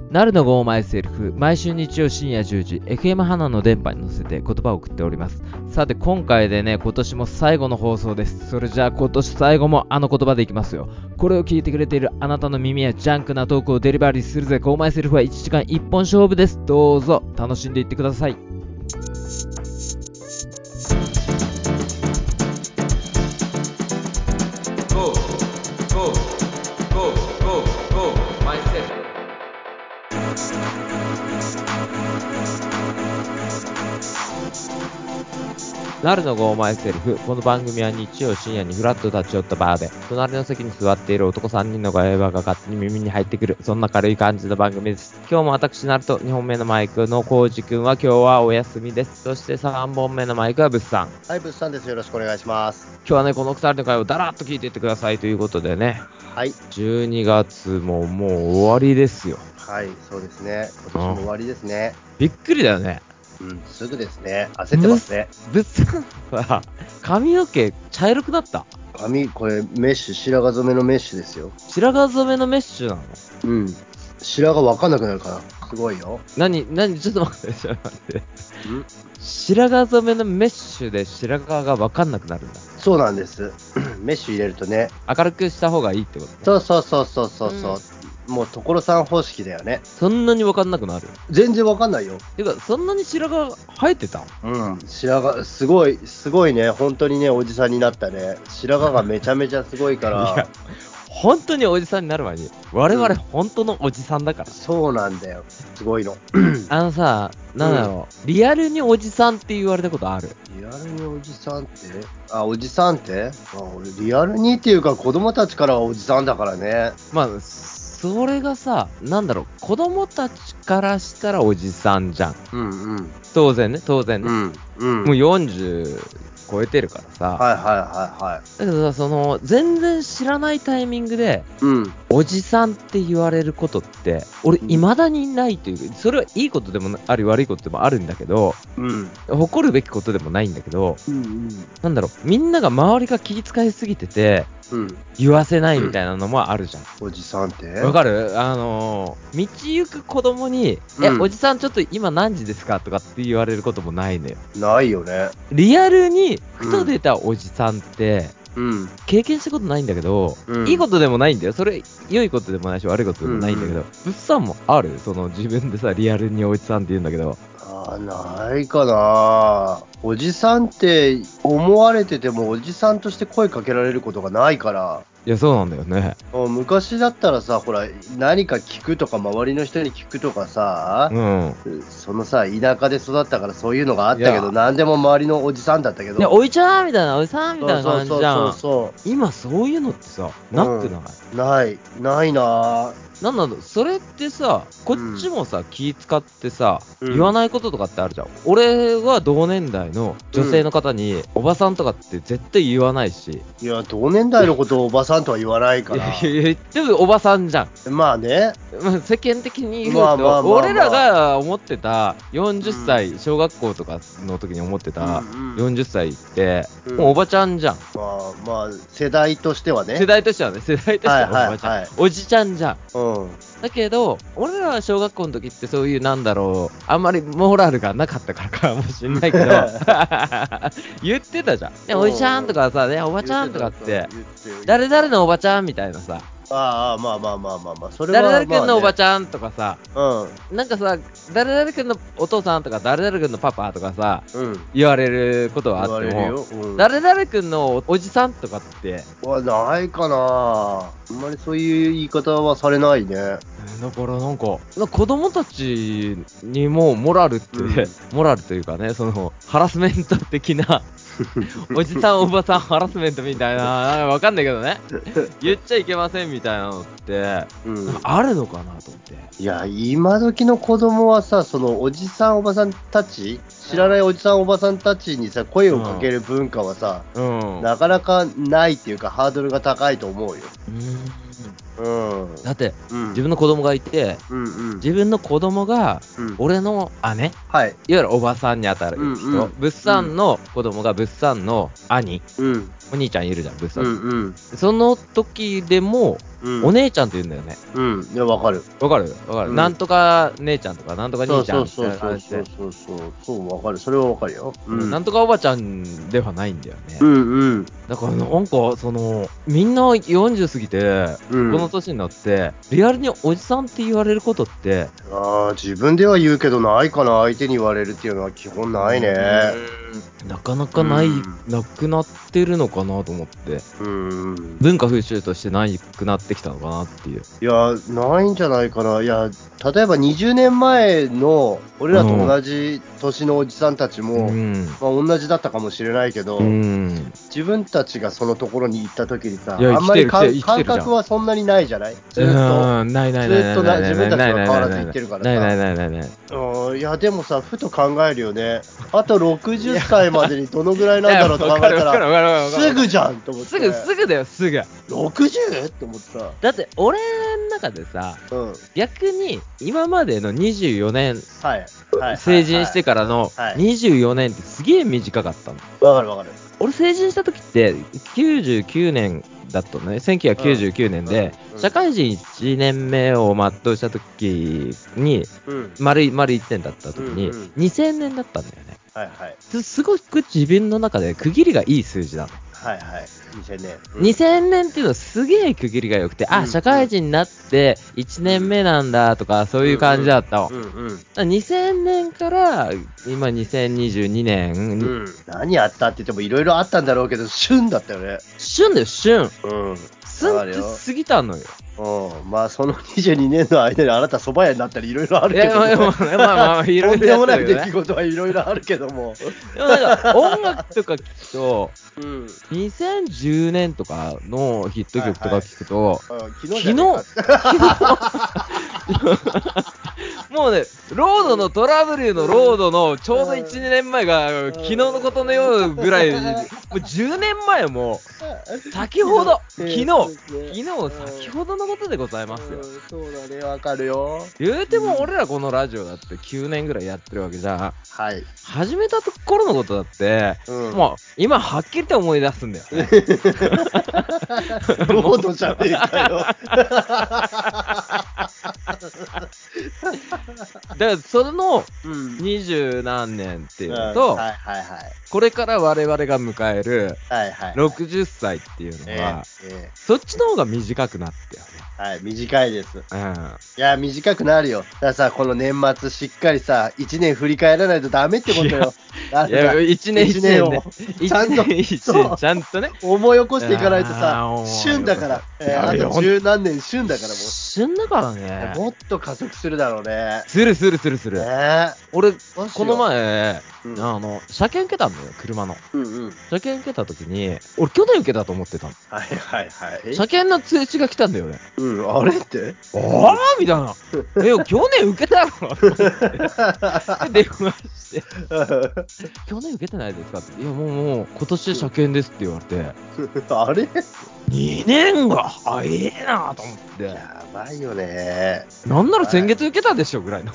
なるのゴーマイセルフ、毎週日曜深夜10時、FM 花の電波に乗せて言葉を送っております。さて、今回でね、今年も最後の放送です。それじゃあ今年最後もあの言葉でいきますよ。これを聞いてくれているあなたの耳やジャンクなトークをデリバリーするぜ。ゴーマイセルフは1時間1本勝負です。どうぞ、楽しんでいってください。なるのゴーマイセルフ。この番組は日曜深夜にフラッと立ち寄ったバーで、隣の席に座っている男3人の会話が勝手に耳に入ってくる、そんな軽い感じの番組です。今日も私なると2本目のマイクのコウジ君は今日はお休みです。そして3本目のマイクはブッさん。 はい、ブッさんです。よろしくお願いします。 今日はね、この2人の会話をだらっと聞いていってくださいということでね。 はい。 12月ももう終わりですよ。 はい、そうですね。今年も終わりですね。 びっくりだよね。 すぐですね。焦ってますね。 ブッさんは髪の毛茶色くなった。 髪、これメッシュ、白髪染めのメッシュですよ。 白髪染めのメッシュなの？ 白髪わかんなくなるから。すごいよ。 ちょっと待って。白髪染めのメッシュで白髪がわかんなくなるんだ。 そうなんです。メッシュ入れるとね。 明るくした方がいいってこと？ そう。もう所さん方式だよね。 そんなにわかんなくなる？ 全然わかんないよ。 てか、そんなに白髪生えてた？ 白髪、すごいね。本当にね、おじさんになったね。白髪がめちゃめちゃすごいから。 いや、本当におじさんになる前に、我々本当のおじさんだから。 そうなんだよ。すごいの。 あのさ、なんだろう、リアルにおじさんって言われたことある？ リアルにおじさんって？おじさんって俺リアルにっていうか子供たちからはおじさんだからね。 まあ、それがさ、なんだろう、子供たちからしたらおじさんじゃん。当然ね。もう40超えてるからさ。 はい。 だけどさ、全然知らないタイミングで、おじさんって言われることって、俺、未だにないというか、それはいいことでもあり悪いことでもあるんだけど、誇るべきことでもないんだけど、なんだろう、みんなが周りが気遣いすぎてて、言わせないみたいなのもあるじゃん。 おじさんってわかる？道行く子供に、おじさんちょっと今何時ですかとかって言われることもないのよ。 ないよね。 リアルに、ふと出たおじさんって、経験したことないんだけど、いいことでもないんだよ。それ、良いことでもないし、悪いことでもないんだけど、物産もある？自分でさ、リアルにおじさんって言うんだけど。 ないかな。おじさんって思われてても、おじさんとして声かけられることがないから。 いや、そうなんだよね。 昔だったらさ、ほら、何か聞くとか、周りの人に聞くとかさ、そのさ、田舎で育ったからそういうのがあったけど、何でも周りのおじさんだったけど。 いや、おいちゃんみたいな、おじさんみたいな感じじゃん。 そう。 今そういうのってさ、なくない？ ないなぁ。 なんだろう、それってさ、こっちもさ、気使ってさ、言わないこととかってあるじゃん。俺は同年代の女性の方に、おばさんとかって絶対言わないし。 いや、同年代のことをおばさんとは言わないから。 言ってもおばさんじゃん。 まあね。 世間的に言うと、俺らが思ってた40歳、小学校とかの時に思ってた40歳って、もうおばちゃんじゃん。 まあ、世代としてはね。 世代としてはおばちゃん。おじちゃんじゃん。だけど、俺らは小学校の時ってそういうあんまりモラルがなかったからかもしんないけど、言ってたじゃん。ね、おじちゃんとかさ、ね、おばちゃんとかって、誰々のおばちゃんみたいなさ、 まあ、それは、 誰々君のおばちゃんとかさ、なんかさ、誰々君のお父さんとか、誰々君のパパとかさ、言われることはあっても、誰々君のおじさんとかって、 ないかな。あんまりそういう言い方はされないね。だから子供たちにもモラルというかね、ハラスメント的な、おじさんおばさんハラスメントみたいな、わかんないけどね、言っちゃいけませんみたいなのって、あるのかなと思って。 いや、今時の子供はさ、おじさんおばさんたち、知らないおじさんおばさんたちにさ、声をかける文化はさ、なかなかないっていうか、ハードルが高いと思うよ。 だって、自分の子供がいて、自分の子供が、俺の姉、いわゆるおばさんに当たる人、物産の子供が物産の兄、お兄ちゃんいるじゃん、物産。その時でも、 お姉ちゃんって言うんだよね。 いや、わかる。 わかる。なんとか姉ちゃんとか、なんとか兄ちゃんみたいな感じで。 そう、わかる。それはわかるよ。 なんとかおばちゃんではないんだよね。だからなんか、みんな40過ぎて、この年になって、リアルにおじさんって言われることって、 自分では言うけどないかな、相手に言われるっていうのは基本ないね。 なかなかなくなってるのかなと思って、文化風習としてなくなってきたのかなっていう。 いや、ないんじゃないかな。いや、例えば20年前の俺らと同じ年のおじさんたちも、同じだったかもしれないけど、自分たちがそのところに行った時にさ、あんまり感覚はそんなにないじゃない？ずっと自分たちは変わらず行ってるからさ。いや、でもさ、ふと考えるよね。あと60歳までにどのぐらいなんだろうと考えたら、すぐじゃんと思って。 すぐだよ、すぐ。 60？ って思ってさ。 だって、俺の中でさ、逆に今までの24年、成人してからの24年ってすげえ短かったの。 わかる。 俺成人した時って99年だったのね。1999年で、社会人1年目を全うした時に、丸1年だった時に、2000年だったんだよね。すごく自分の中で区切りがいい数字なの。2000年。2000年っていうのはすげえ区切りが良くて、社会人になって1年目なんだとか、そういう感じだったの。2000年から今2022年。 何あったって言ってもいろいろあったんだろうけど、旬だったよね。 旬だよ、旬。スンって過ぎたのよ。 まあその22年の間にあなた蕎麦屋になったりいろいろあるけども、 まあいろいろとんでもない出来事はいろいろあるけども、 でもなんか音楽とか聞くと、2010年とかのヒット曲とか聞くと、昨日もうね、ロードのトラブルのロードのちょうど1、2年前が昨日のことのようぐらい、もう10年前も先ほど、昨日先ほどのことでございますよ。 そうだね、わかるよ。 言うても俺らこのラジオだって9年ぐらいやってるわけじゃん。始めた頃のことだって、もう今はっきりと思い出すんだよね。 ロードじゃねえかよ。 だからその20何年っていうのと、これから我々が迎える60歳っていうのは、そっちの方が短くなってよね。 短いです。いや、短くなるよ。だからさ、この年末しっかりさ、1年振り返らないとダメってことよ。 いや、1年をちゃんとね、思い起こしていかないとさ、旬だから。あと十何年旬だからもう。 旬だからね。 もっと加速するだろうね。 する。俺、この前、車検受けたんだよ、車の。車検受けた時に、俺去年受けたと思ってたの。車検の通知が来たんだよね。 あれってみたいな。去年受けたの電話して。去年受けてないですかって。いや、もう、今年車検ですって言われて。 あれ ?2 年が早えなと思って。 やばいよね。 なんなら先月受けたでしょぐらいの。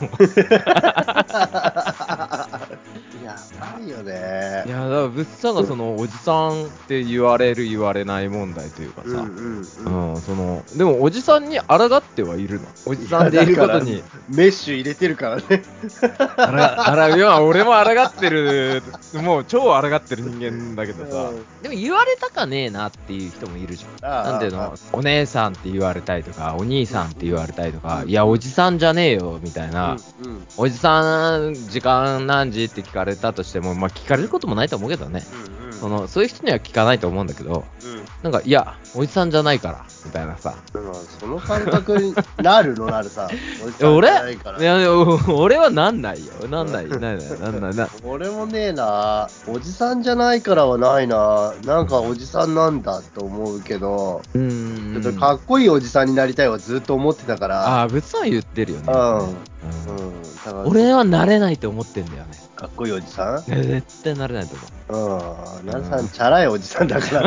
やばいよね。 いや、だから物産がそのおじさんって言われる言われない問題というかさ、でもおじさんに抗ってはいるの。おじさんでいることにメッシュ入れてるからね。 俺も抗ってる、もう超抗ってる人間だけどさ、でも言われたかねえなっていう人もいるじゃん。なんていうの、お姉さんって言われたりとか、お兄さんって言われたりとか、いやおじさんじゃねえよみたいな、おじさん時間何時って聞かれたとしても、まあ聞かれることもないと思うけどね。そういう人には聞かないと思うんだけど、なんかいやおじさんじゃないからみたいなさ、 その感覚になるさ。 俺はなんないよ。なんない。 俺もねえな。おじさんじゃないからはないな。なんかおじさんなんだと思うけど、ちょっとかっこいいおじさんになりたいはずっと思ってたから。 物産言ってるよね。俺はなれないと思ってんだよね。 かっこいいおじさん？ 絶対なれないと思う。なるさん、チャラいおじさんだから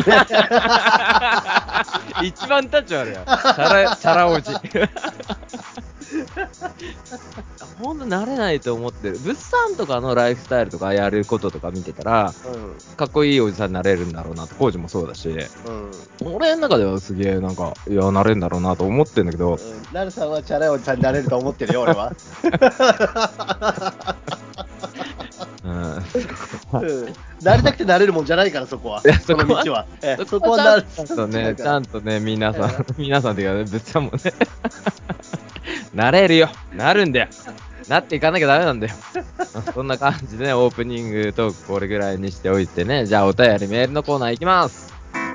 ね。 一番立ち悪いよ。チャラおじ。 ほんと慣れないと思ってる。物産とかのライフスタイルとかやることとか見てたら、かっこいいおじさんになれるんだろうなと、コージもそうだし、俺の中ではすげえなんか、いや、なれるんだろうなと思ってるんだけど、 なるさんはチャラいおじさんになれると思ってるよ、俺は。なりたくてなれるもんじゃないから、そこは。その道は。そこはなる。 ちゃんとね、皆さんっていうかね、物産もね、なれるよ。なるんだよ。なっていかなきゃダメなんだよ。そんな感じでね、オープニングトークこれぐらいにしておいてね、じゃあお便りメールのコーナーいきます。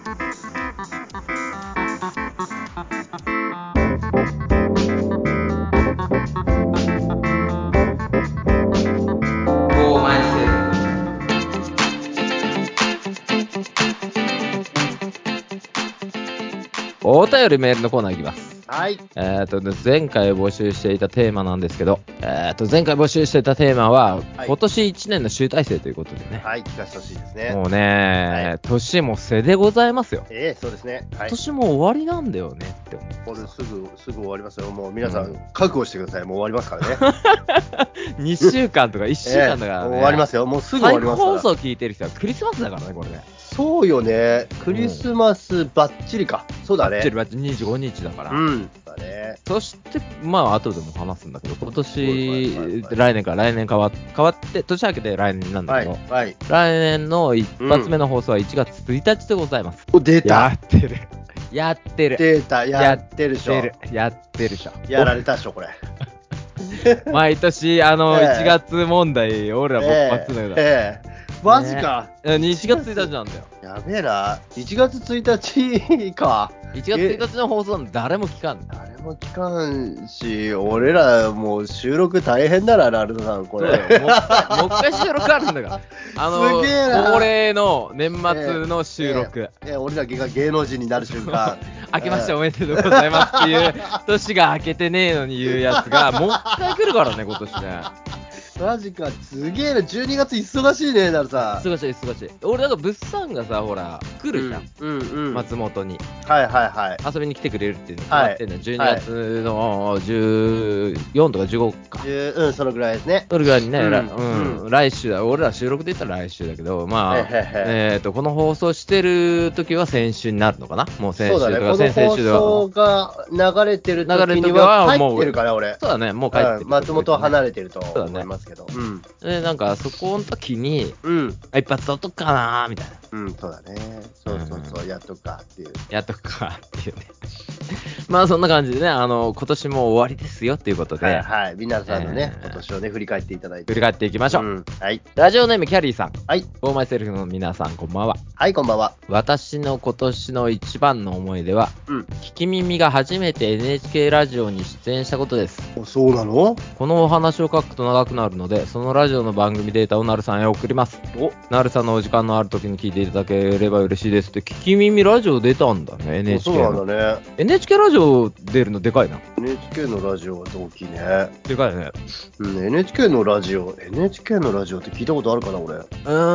お便りメールのコーナーいきます。 はい。 前回募集していたテーマなんですけど、前回募集していたテーマは、今年1年の集大成ということでね。 はい、聞かせてほしいですね。 もうね、年も瀬でございますよ。 そうですね。 今年も終わりなんだよねって思う。 これすぐ終わりますよ。もう皆さん、覚悟してください。もう終わりますからね。 2週間とか1週間だからね。 終わりますよ。もうすぐ終わりますから。 再放送聞いてる人はクリスマスだからね、これね。 そうよね。クリスマスバッチリか。そうだね。 バッチリ25日だから。 だね。 そして、まあ、後でも話すんだけど、今年、来年変わって、年明けて来年なんだけど、来年の一発目の放送は1月1日でございます。 出た。 やってる。 出た。やってるでしょ。 やってるでしょ。 やられたでしょ、これ。 毎年、1月問題、俺ら勃発だよ。 マジか。 1月1日なんだよ。 やべえな。1月1日か。 1月1日の放送誰も聞かん。 誰も聞かんし、俺らもう収録大変だな、ナルトさん、これ。もう一回収録あるんだから。 すげえな。 恒例の年末の収録。 俺らが芸能人になる瞬間。 明けましておめでとうございますっていう、年が明けてねえのに言うやつが、もう一回来るからね、今年ね。 マジか、すげえな、12月忙しいね、なるさ。 忙しい。俺、なんか物産がさ、ほら、来るじゃん。松本に。遊びに来てくれるっていうの決まってんの。12月の14とか15か。 そのぐらいですね。 それぐらいにね、来週だ。俺ら収録で言ったら来週だけど、まあ、この放送してる時は先週になるのかな。もう先週とか先々週では。 この放送が流れてる時には帰ってるから、俺。 そうだね、もう帰ってる。 松本は離れてると思いますけど。 で、なんかそこの時に、一発撮っとくかなーみたいな。 そうだね。そう、やっとくかっていう。 ね。まあそんな感じでね、今年も終わりですよっていうことで。 皆さんのね、今年をね、振り返っていただいて。 振り返っていきましょう。ラジオネームキャリーさん。オーマイセルフの皆さん、こんばんは。 こんばんは。 私の今年の一番の思い出は、聞き耳が初めて NHK ラジオに出演したことです。 そうなの？ このお話を書くと長くなるので、そのラジオの番組データをなるさんへ送ります。なるさんのお時間のある時に聞いていただければ嬉しいですって、聞き耳ラジオ出たんだね、NHK の。 そうなんだね。 NHK ラジオ出るのでかいな。 NHK のラジオは大きいね。 でかいね。 NHK のラジオって聞いたことあるかな、俺。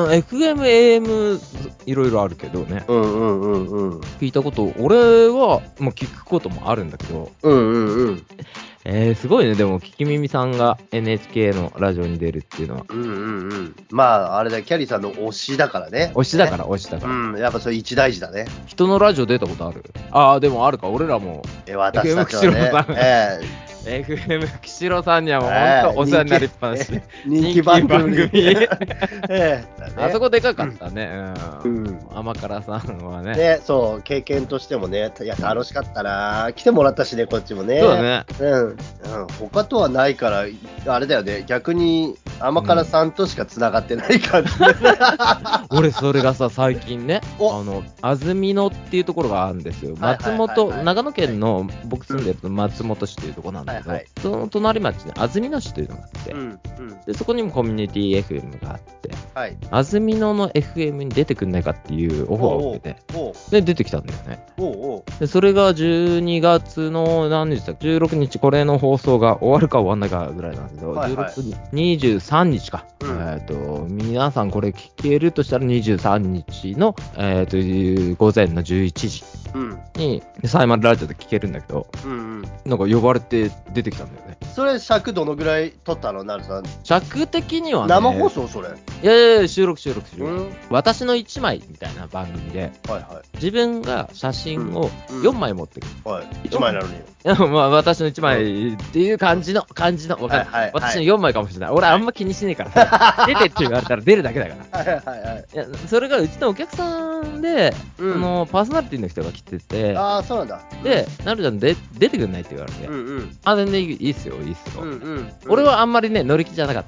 FM、AM、いろいろあるけどね。聞いたこと、俺は、まあ、聞くこともあるんだけど。すごいね、でも、聞き耳さんが NHK のラジオに出るっていうのは。 まあ、あれだ、キャリーさんの推しだからね。 推しだから。 やっぱそれ一大事だね。 人のラジオ出たことある？でもあるか、俺らも。 私たちはね。 FM 岸郎さんにはもう本当お世話になりっぱなし。 人気番組。 あそこでかかったね。甘辛さんはね。 ね、そう、経験としてもね、いや、楽しかったな。来てもらったしね、こっちもね。 そうだね。 他とはないから、あれだよね、逆に甘辛さんとしか繋がってない感じ。 俺、それがさ、最近ね、安曇野っていうところがあるんですよ。松本、長野県の僕住んでる松本市っていうところなんだけど、その隣町に安曇野市というのがあって、でそこにもコミュニティ FM があって、安曇野の FM に出てくんないかっていうオファーを受けて、で出てきたんだよね。でそれが12月の何日だっけ、16日、これの放送が終わるか終わんないかぐらいなんだけど、23日か、皆さんこれ聞けるとしたら23日の、午前の11時にサイマルラジオで聞けるんだけど、 なんか呼ばれて出てきたんだよね。 それ尺どのぐらい撮ったの、なるさん。 尺的にはね。 生放送それ。 いやいや、収録。私の1枚みたいな番組で、自分が写真を4枚持ってくる。 1枚なのに。 まあ、私の1枚っていう感じの、わかる。私の4枚かもしれない。俺あんま気にしねえからさ。出てって言われたら出るだけだから。いや、それがうちのお客さんで、パーソナリティの人が来てて、 そうなんだ。 で、なるちゃん出てくんないって言われて、全然いいっすよ。俺はあんまりね、乗り気じゃなかった。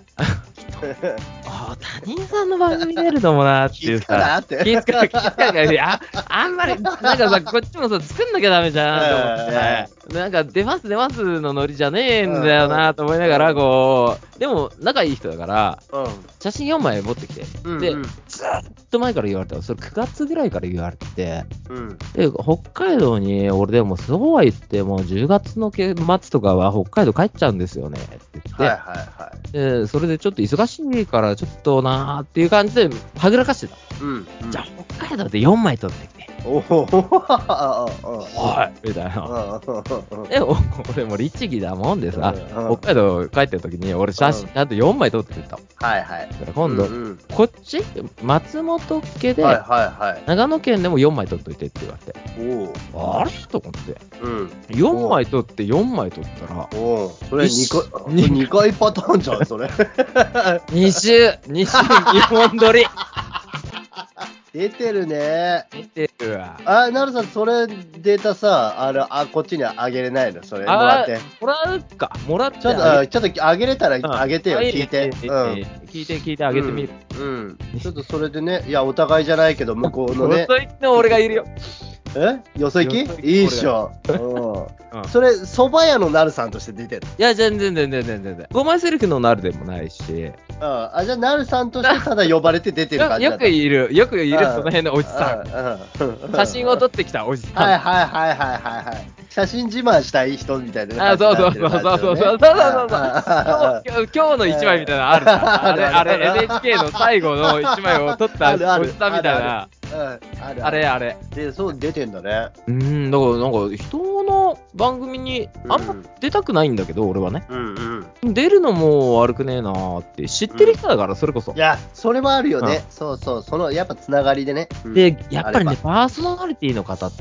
他人さんの番組出るのもなーっていうさ、気ぃ使うからあんまり、なんかさ、こっちもさ、作んなきゃダメじゃんと思って、なんか出ますのノリじゃねえんだよなと思いながら、こう、でも仲いい人だから、写真4枚持ってきて、で、ずっと前から言われた、それ9月ぐらいから言われてて、で、北海道に、俺でもそうは言っても、10月の末とかは北海道帰っちゃうんですよねって言って、で、それでちょっと忙しいから、ちょっとなーっていう感じで、はぐらかしてた。じゃあ、北海道で4枚撮ってきて。はい、みたいな。で、俺も律儀だもんでさ、北海道帰ってる時に、俺写真ちゃんと4枚撮ってくれた。だから今度、こっち松本家で、長野県でも4枚撮っといてって言われて。あれと思って。4枚撮って4枚撮ったら、 それ2回パターンじゃん、それ。 2週2本撮り。 出てるね。 出てるわ。 なるさん、それデータさ、こっちにはあげれないの、それ。もらって。 もらうか。もらって。 ちょっとあげれたらあげてよ、聞いて。 聞いてあげてみる。 ちょっとそれでね、いや、お互いじゃないけど、向こうのね。 よそ行きの俺がいるよ。 よそ行きいいっしょ。それ、蕎麦屋のなるさんとして出てる。 いや、全然。5枚セルフのなるでもないし。じゃあ、なるさんとしてただ呼ばれて出てる感じだ。 よくいる、その辺のおじさん。写真を撮ってきたおじさん。 はい。写真自慢したい人みたいな。 そう。今日の1枚みたいなのあるさ。あれ、NHK の最後の1枚を撮ったおじさんみたいな。あれ。 で、そう出てんだね。 だからなんか人の番組にあんま出たくないんだけど、俺はね。出るのも悪くねえなーって知ってる人だから、それこそ。 いや、それはあるよね。そう、そのやっぱつながりでね。 で、やっぱりね、パーソナリティの方って、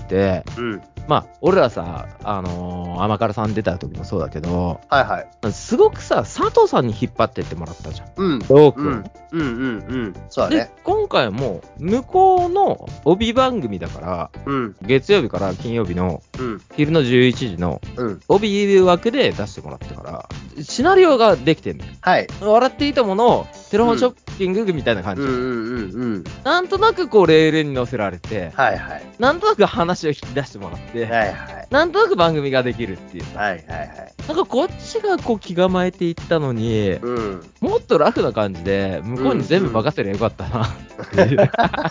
まあ、俺らさ、甘辛さん出た時もそうだけど、すごくさ、佐藤さんに引っ張ってってもらったじゃん。多く。 そうだね。 で、今回も、向こうの帯番組だから、月曜日から金曜日の、昼の11時の、帯枠で出してもらったから、シナリオができてんの。笑っていいともの、テレフォンショッピングみたいな感じ。なんとなくこう、レールに乗せられて、なんとなく話を引き出してもらって、なんとなく番組ができるっていう。なんかこっちがこう気構えていったのに、もっとラフな感じで、向こうに全部任せりゃよかったなっていう。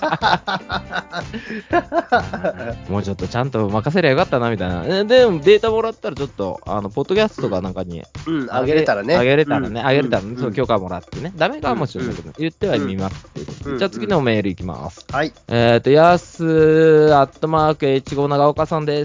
もうちょっとちゃんと任せりゃよかったなみたいな。でもデータもらったらちょっと、ポッドキャストとかなんかに、 あげれたらね。 その許可もらってね。ダメかもしれないけど、言ってはみますっていうことで。じゃあ次のメールいきます。やす@H5長岡さんです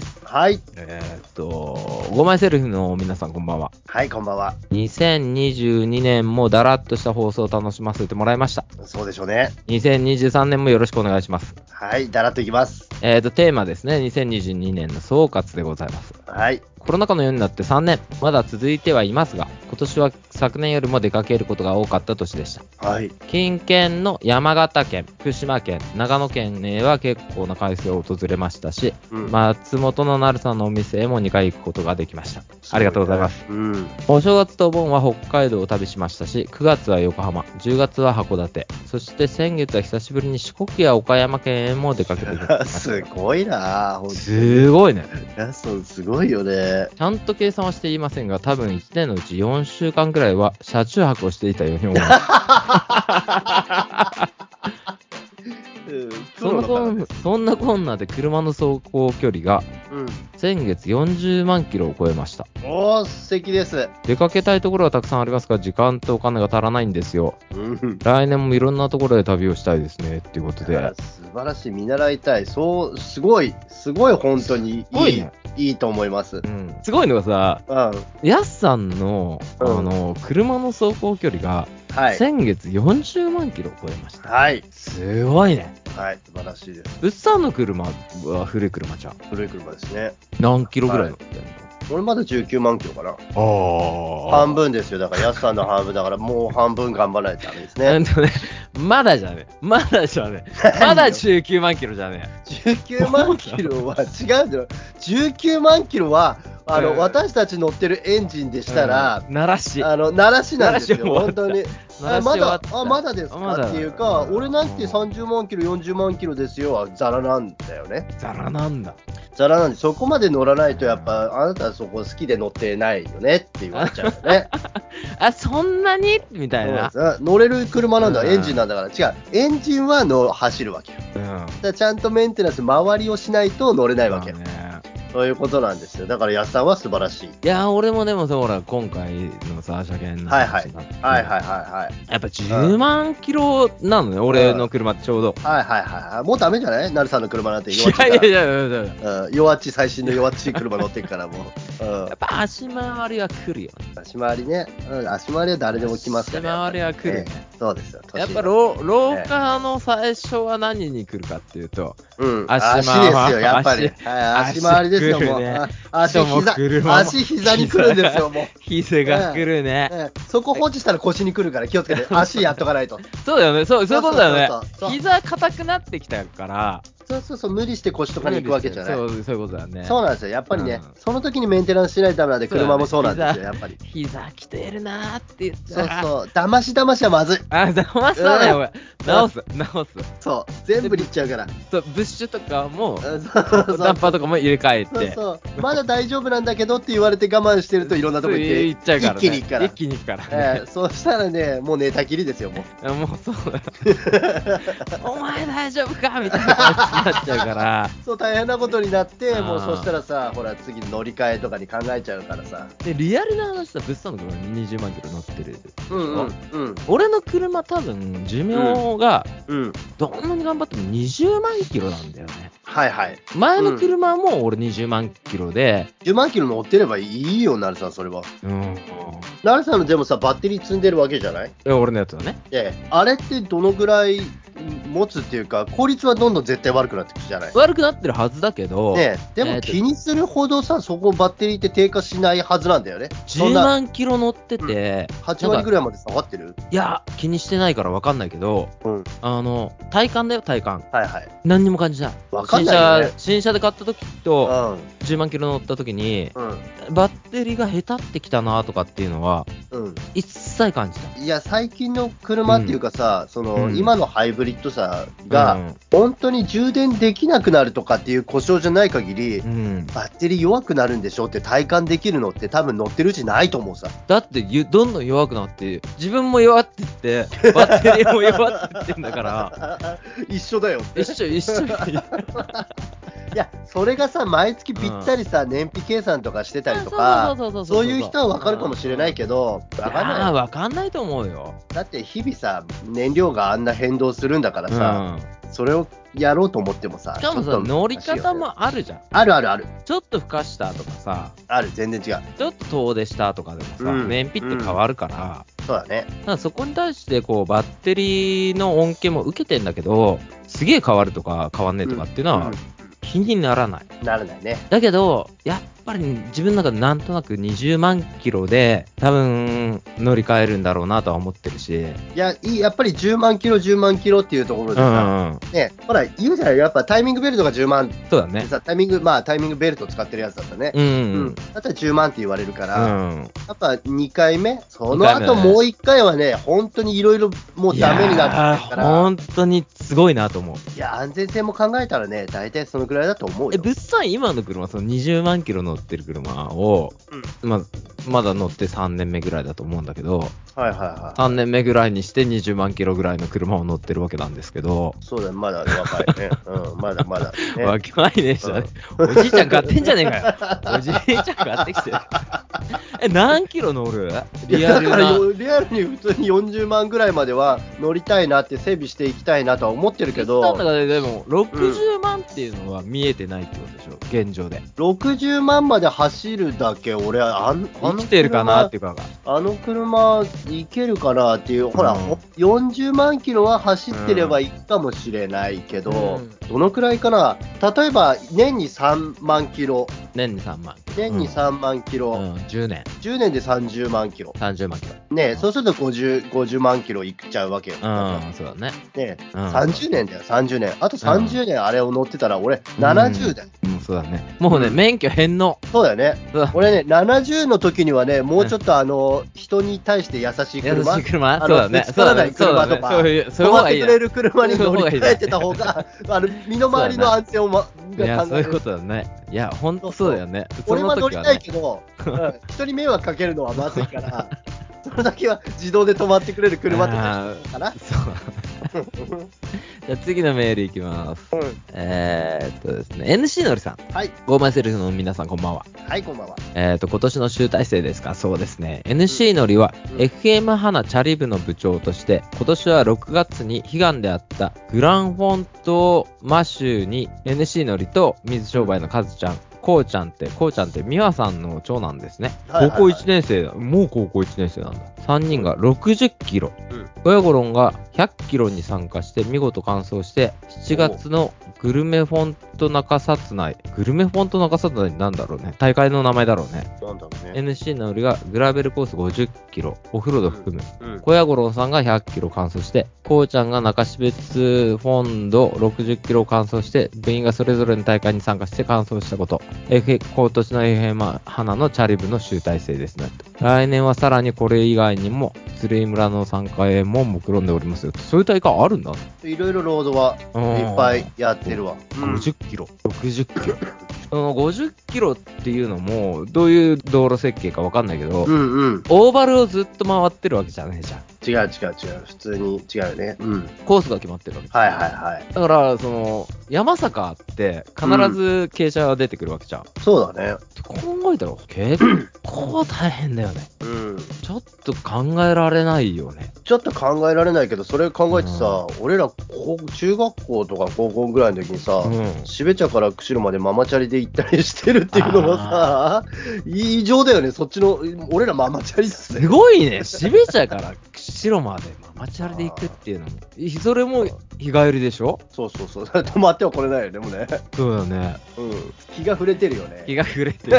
。5枚セルフの皆さんこんばんは。 こんばんは。 2022年もだらっとした放送を楽しませてもらいました。 そうでしょうね。 2023年もよろしくお願いします。 だらっといきます。 テーマですね。2022年の総括でございます。コロナ禍のようになって3年、まだ続いてはいますが、今年は昨年よりも出かけることが多かった年でした。近県の山形県、福島県、長野県へは結構な回数を訪れましたし、松本のなるさんのお店へも2回行くことができました。ありがとうございます。お正月とお盆は北海道を旅しましたし、9月は横浜、10月は函館、そして先月は久しぶりに四国や岡山県へも出かけてきました。 すごいなぁ。 すごいね。 すごいよね。 ちゃんと計算はしていませんが、多分1年のうち4週間くらいは車中泊をしていたように思います。そんなこんなで車の走行距離が先月40万キロを超えました。 おー、素敵です。 出かけたいところはたくさんありますが、時間とお金が足らないんですよ。来年もいろんなところで旅をしたいですね、っていうことで。 素晴らしい、見習いたい。そう、すごい、本当にいいと思います。 すごいのがさ、ヤスさんの、車の走行距離が、先月40万キロを超えました。 はい。 すごいね。 はい、素晴らしいです。 物産の車は古い車じゃん。 古い車ですね。 何キロぐらい乗ってんの？ 俺まだ19万キロかな。半分ですよ。だから安さんの半分だからもう半分頑張らないとダメですね。 まだじゃね。まだ19万キロじゃね。 19万キロは違うんだよ。19万キロは私たち乗ってるエンジンでしたら、 鳴らしなんですよ、本当に。まだですかっていうか、俺なんて30万キロ、40万キロですよはザラなんだよね。 ザラなんで、 そこまで乗らないと、やっぱ、あなたはそこ好きで乗ってないよねって言われちゃうよね。 そんなにみたいな。 乗れる車なんだ、エンジンなんだから。違う、エンジンは走るわけよ。ちゃんとメンテナンス、周りをしないと乗れないわけよ。そういうことなんですよ。だから安さんは素晴らしい。 いや、俺もでもほら、今回のさ、車検の話になって。やっぱ10万キロなのね、俺の車ってちょうど。 もうダメじゃない？なるさんの車なんて弱っちい。弱っちい、最新の弱っちい車乗ってるからもう。 やっぱ足回りは来るよね。 足回りね。足回りは誰でも来ますから。 足回りは来るね。 そうですよ。 やっぱ廊下の最初は何に来るかっていうと、 足ですよ、やっぱり。足回りですよ、もう。足膝に来るんですよ、もう。 膝が来るね。 そこ放置したら腰に来るから気をつけて、足やっとかないと。 そうだよね、そういうことだよね。膝硬くなってきたから。 そう、無理して腰とかに行くわけじゃない。 そういうことだよね。 そうなんですよ、やっぱりね、その時にメンテナンスしないとダメなんで、車もそうなんですよ、やっぱり。 膝きてるなーって言って。 そう、騙しはまずい。 騙さないよ、直す。 そう、全部にいっちゃうから。 そう、ブッシュとかも、ダンパーとかも入れ替えて。 まだ大丈夫なんだけどって言われて我慢してるといろんなとこ行っちゃうから。一気に行くから。 一気に行くからね。 そうしたらね、もう寝たきりですよ、もう。 もうそうだ。お前大丈夫かみたいな感じになっちゃうから。 そう、大変なことになって、もうそしたらさ、ほら、次乗り換えとかに考えちゃうからさ。 で、リアルな話さ、物産の車に20万キロ乗ってる。俺の車多分、寿命が、どんなに頑張っても20万キロなんだよね。前の車も俺20万キロで。 10万キロ乗ってればいいよ、なるさん、それは。なるさんのでもさ、バッテリー積んでるわけじゃない？ 俺のやつはね。 あれってどのぐらい持つっていうか、効率はどんどん絶対悪くなってくるじゃない？ 悪くなってるはずだけど、 でも気にするほどさ、そこバッテリーって低下しないはずなんだよね。 10万キロ乗ってて、 8割ぐらいまで下がってる？ いや、気にしてないから分かんないけど、体感だよ、体感。何にも感じない。 分かんないよね。 新車で買った時と、10万キロ乗った時に、バッテリーが下手ってきたなとかっていうのは、一切感じない。 いや、最近の車っていうかさ、今のハイブリッドさが、本当に充電できなくなるとかっていう故障じゃない限り、バッテリー弱くなるんでしょって体感できるのって多分乗ってるうちないと思うさ。 だってどんどん弱くなって、自分も弱ってって、バッテリーも弱ってってんだから。 一緒だよ。 一緒。 いや、それがさ、毎月ぴったりさ、燃費計算とかしてたりとか、そういう人は分かるかもしれないけど、 分かんないと思うよ。 だって日々さ、燃料があんな変動するんだからさ、それをやろうと思ってもさ、 しかもさ、乗り方もあるじゃん。 ある。 ちょっとふかしたとかさ、 全然違う。 ちょっと遠出したとかでもさ、燃費って変わるから、 そうだね。 そこに対してこうバッテリーの恩恵も受けてんだけど、すげえ変わるとか変わんねえとかっていうのは気にならない。 ならないね。 だけど、やっぱり自分の中でなんとなく20万キロで多分乗り換えるんだろうなとは思ってるし。 やっぱり10万キロっていうところでさ、ほら、言うじゃない、やっぱタイミングベルトが10万。 そうだね。 タイミングベルト使ってるやつだったね。だったら10万って言われるから、やっぱ2回目、その後もう1回はね、本当にいろいろもうダメになってるから。 本当にすごいなと思う。 いや、安全性も考えたらね、大体そのぐらいだと思うよ。 物産今の車、その20万キロ乗ってる車を、まだ乗って3年目ぐらいだと思うんだけど、 はいはいはい。 3年目ぐらいにして20万キロぐらいの車を乗ってるわけなんですけど。 そうだよ、まだ若いね。うん、まだまだ、ね。 若いね、おじいちゃん買ってんじゃねえかよ。おじいちゃん買ってきてる。何キロ乗る？ リアルに普通に40万ぐらいまでは乗りたいなって整備していきたいなとは思ってるけど。 だからでも、60万っていうのは見えてないってことでしょ、現状で。 60万まで走るだけ、俺は生きてるかなっていうか。 あの車、いけるかなっていう、ほら、40万キロは走ってればいいかもしれないけど、どのくらいかな。例えば、年に3万キロ。 年に3万。 年に3万キロ。 10年。 10年で30万キロ。 30万キロ。 ね、そうすると50万キロいっちゃうわけよ。 そうだね。 ね、30年だよ、30年。あと30年あれを乗ってたら、俺、70だよ。 そうだね。もうね、免許返納。 そうだよね。俺ね、70の時にはね、もうちょっと人に対して優しい車。 優しい車そうだね。 つからない車とか、止まってくれる車に乗り換えてた方が、身の回りの安全を考える。 いや、そういうことだね。いや、ほんとそうだよね。 俺は乗りたいけど、人に迷惑かけるのはまずいから、それだけは自動で止まってくれる車とかかな。そう。 じゃあ次のメールいきます。ですね、NC のりさん。 はい。 ゴーマイセルフの皆さんこんばんは。 はい、こんばんは。 今年の集大成ですか？そうですね。NC のりは、FM 花チャリ部の部長として、今年は6月に悲願であったグランフォントマシューに NC のりと水商売のカズちゃん、こうちゃんって美和さんの長男ですね。高校1年生だ。もう高校1年生なんだ。3人が60キロ。親子論が100キロに参加して見事完走して、7月のグルメフォント中札内。グルメフォント中札内なんだろうね。大会の名前だろうね。 なんだろうね。 NC の売りがグラベルコース50キロ。オフロード含む。小屋五郎さんが100キロ完走して、こうちゃんが中標津フォンド60キロ完走して、部員がそれぞれの大会に参加して完走したこと。今年の FM 花のチャリ部の集大成ですね。来年はさらにこれ以外にも、鶴居村の参加へも目論んでおりますよ。そういう大会あるんだ。 いろいろロードはいっぱいやってるわ。 50キロ、60キロ。50キロっていうのも、どういう道路設計かわかんないけど、オーバルをずっと回ってるわけじゃねえじゃん。 違う。普通に違うね。 コースが決まってるわけ。 はい。 だから、山坂って必ず傾斜が出てくるわけじゃん。 そうだね。 って考えたら結構大変だよね。ちょっと考えられないよね。 ちょっと考えられないけど、それ考えてさ、俺ら中学校とか高校ぐらいの時にさ、標茶から釧路までママチャリで行ったりしてるっていうのもさ、異常だよね。そっちの、俺らママチャリすごいね。標茶から釧路までママチャリで行くっていうのも、それも日帰りでしょ？ そう。止まってはこれないよね、もうね。 そうだね。 気が触れてるよね。 気が触れてる。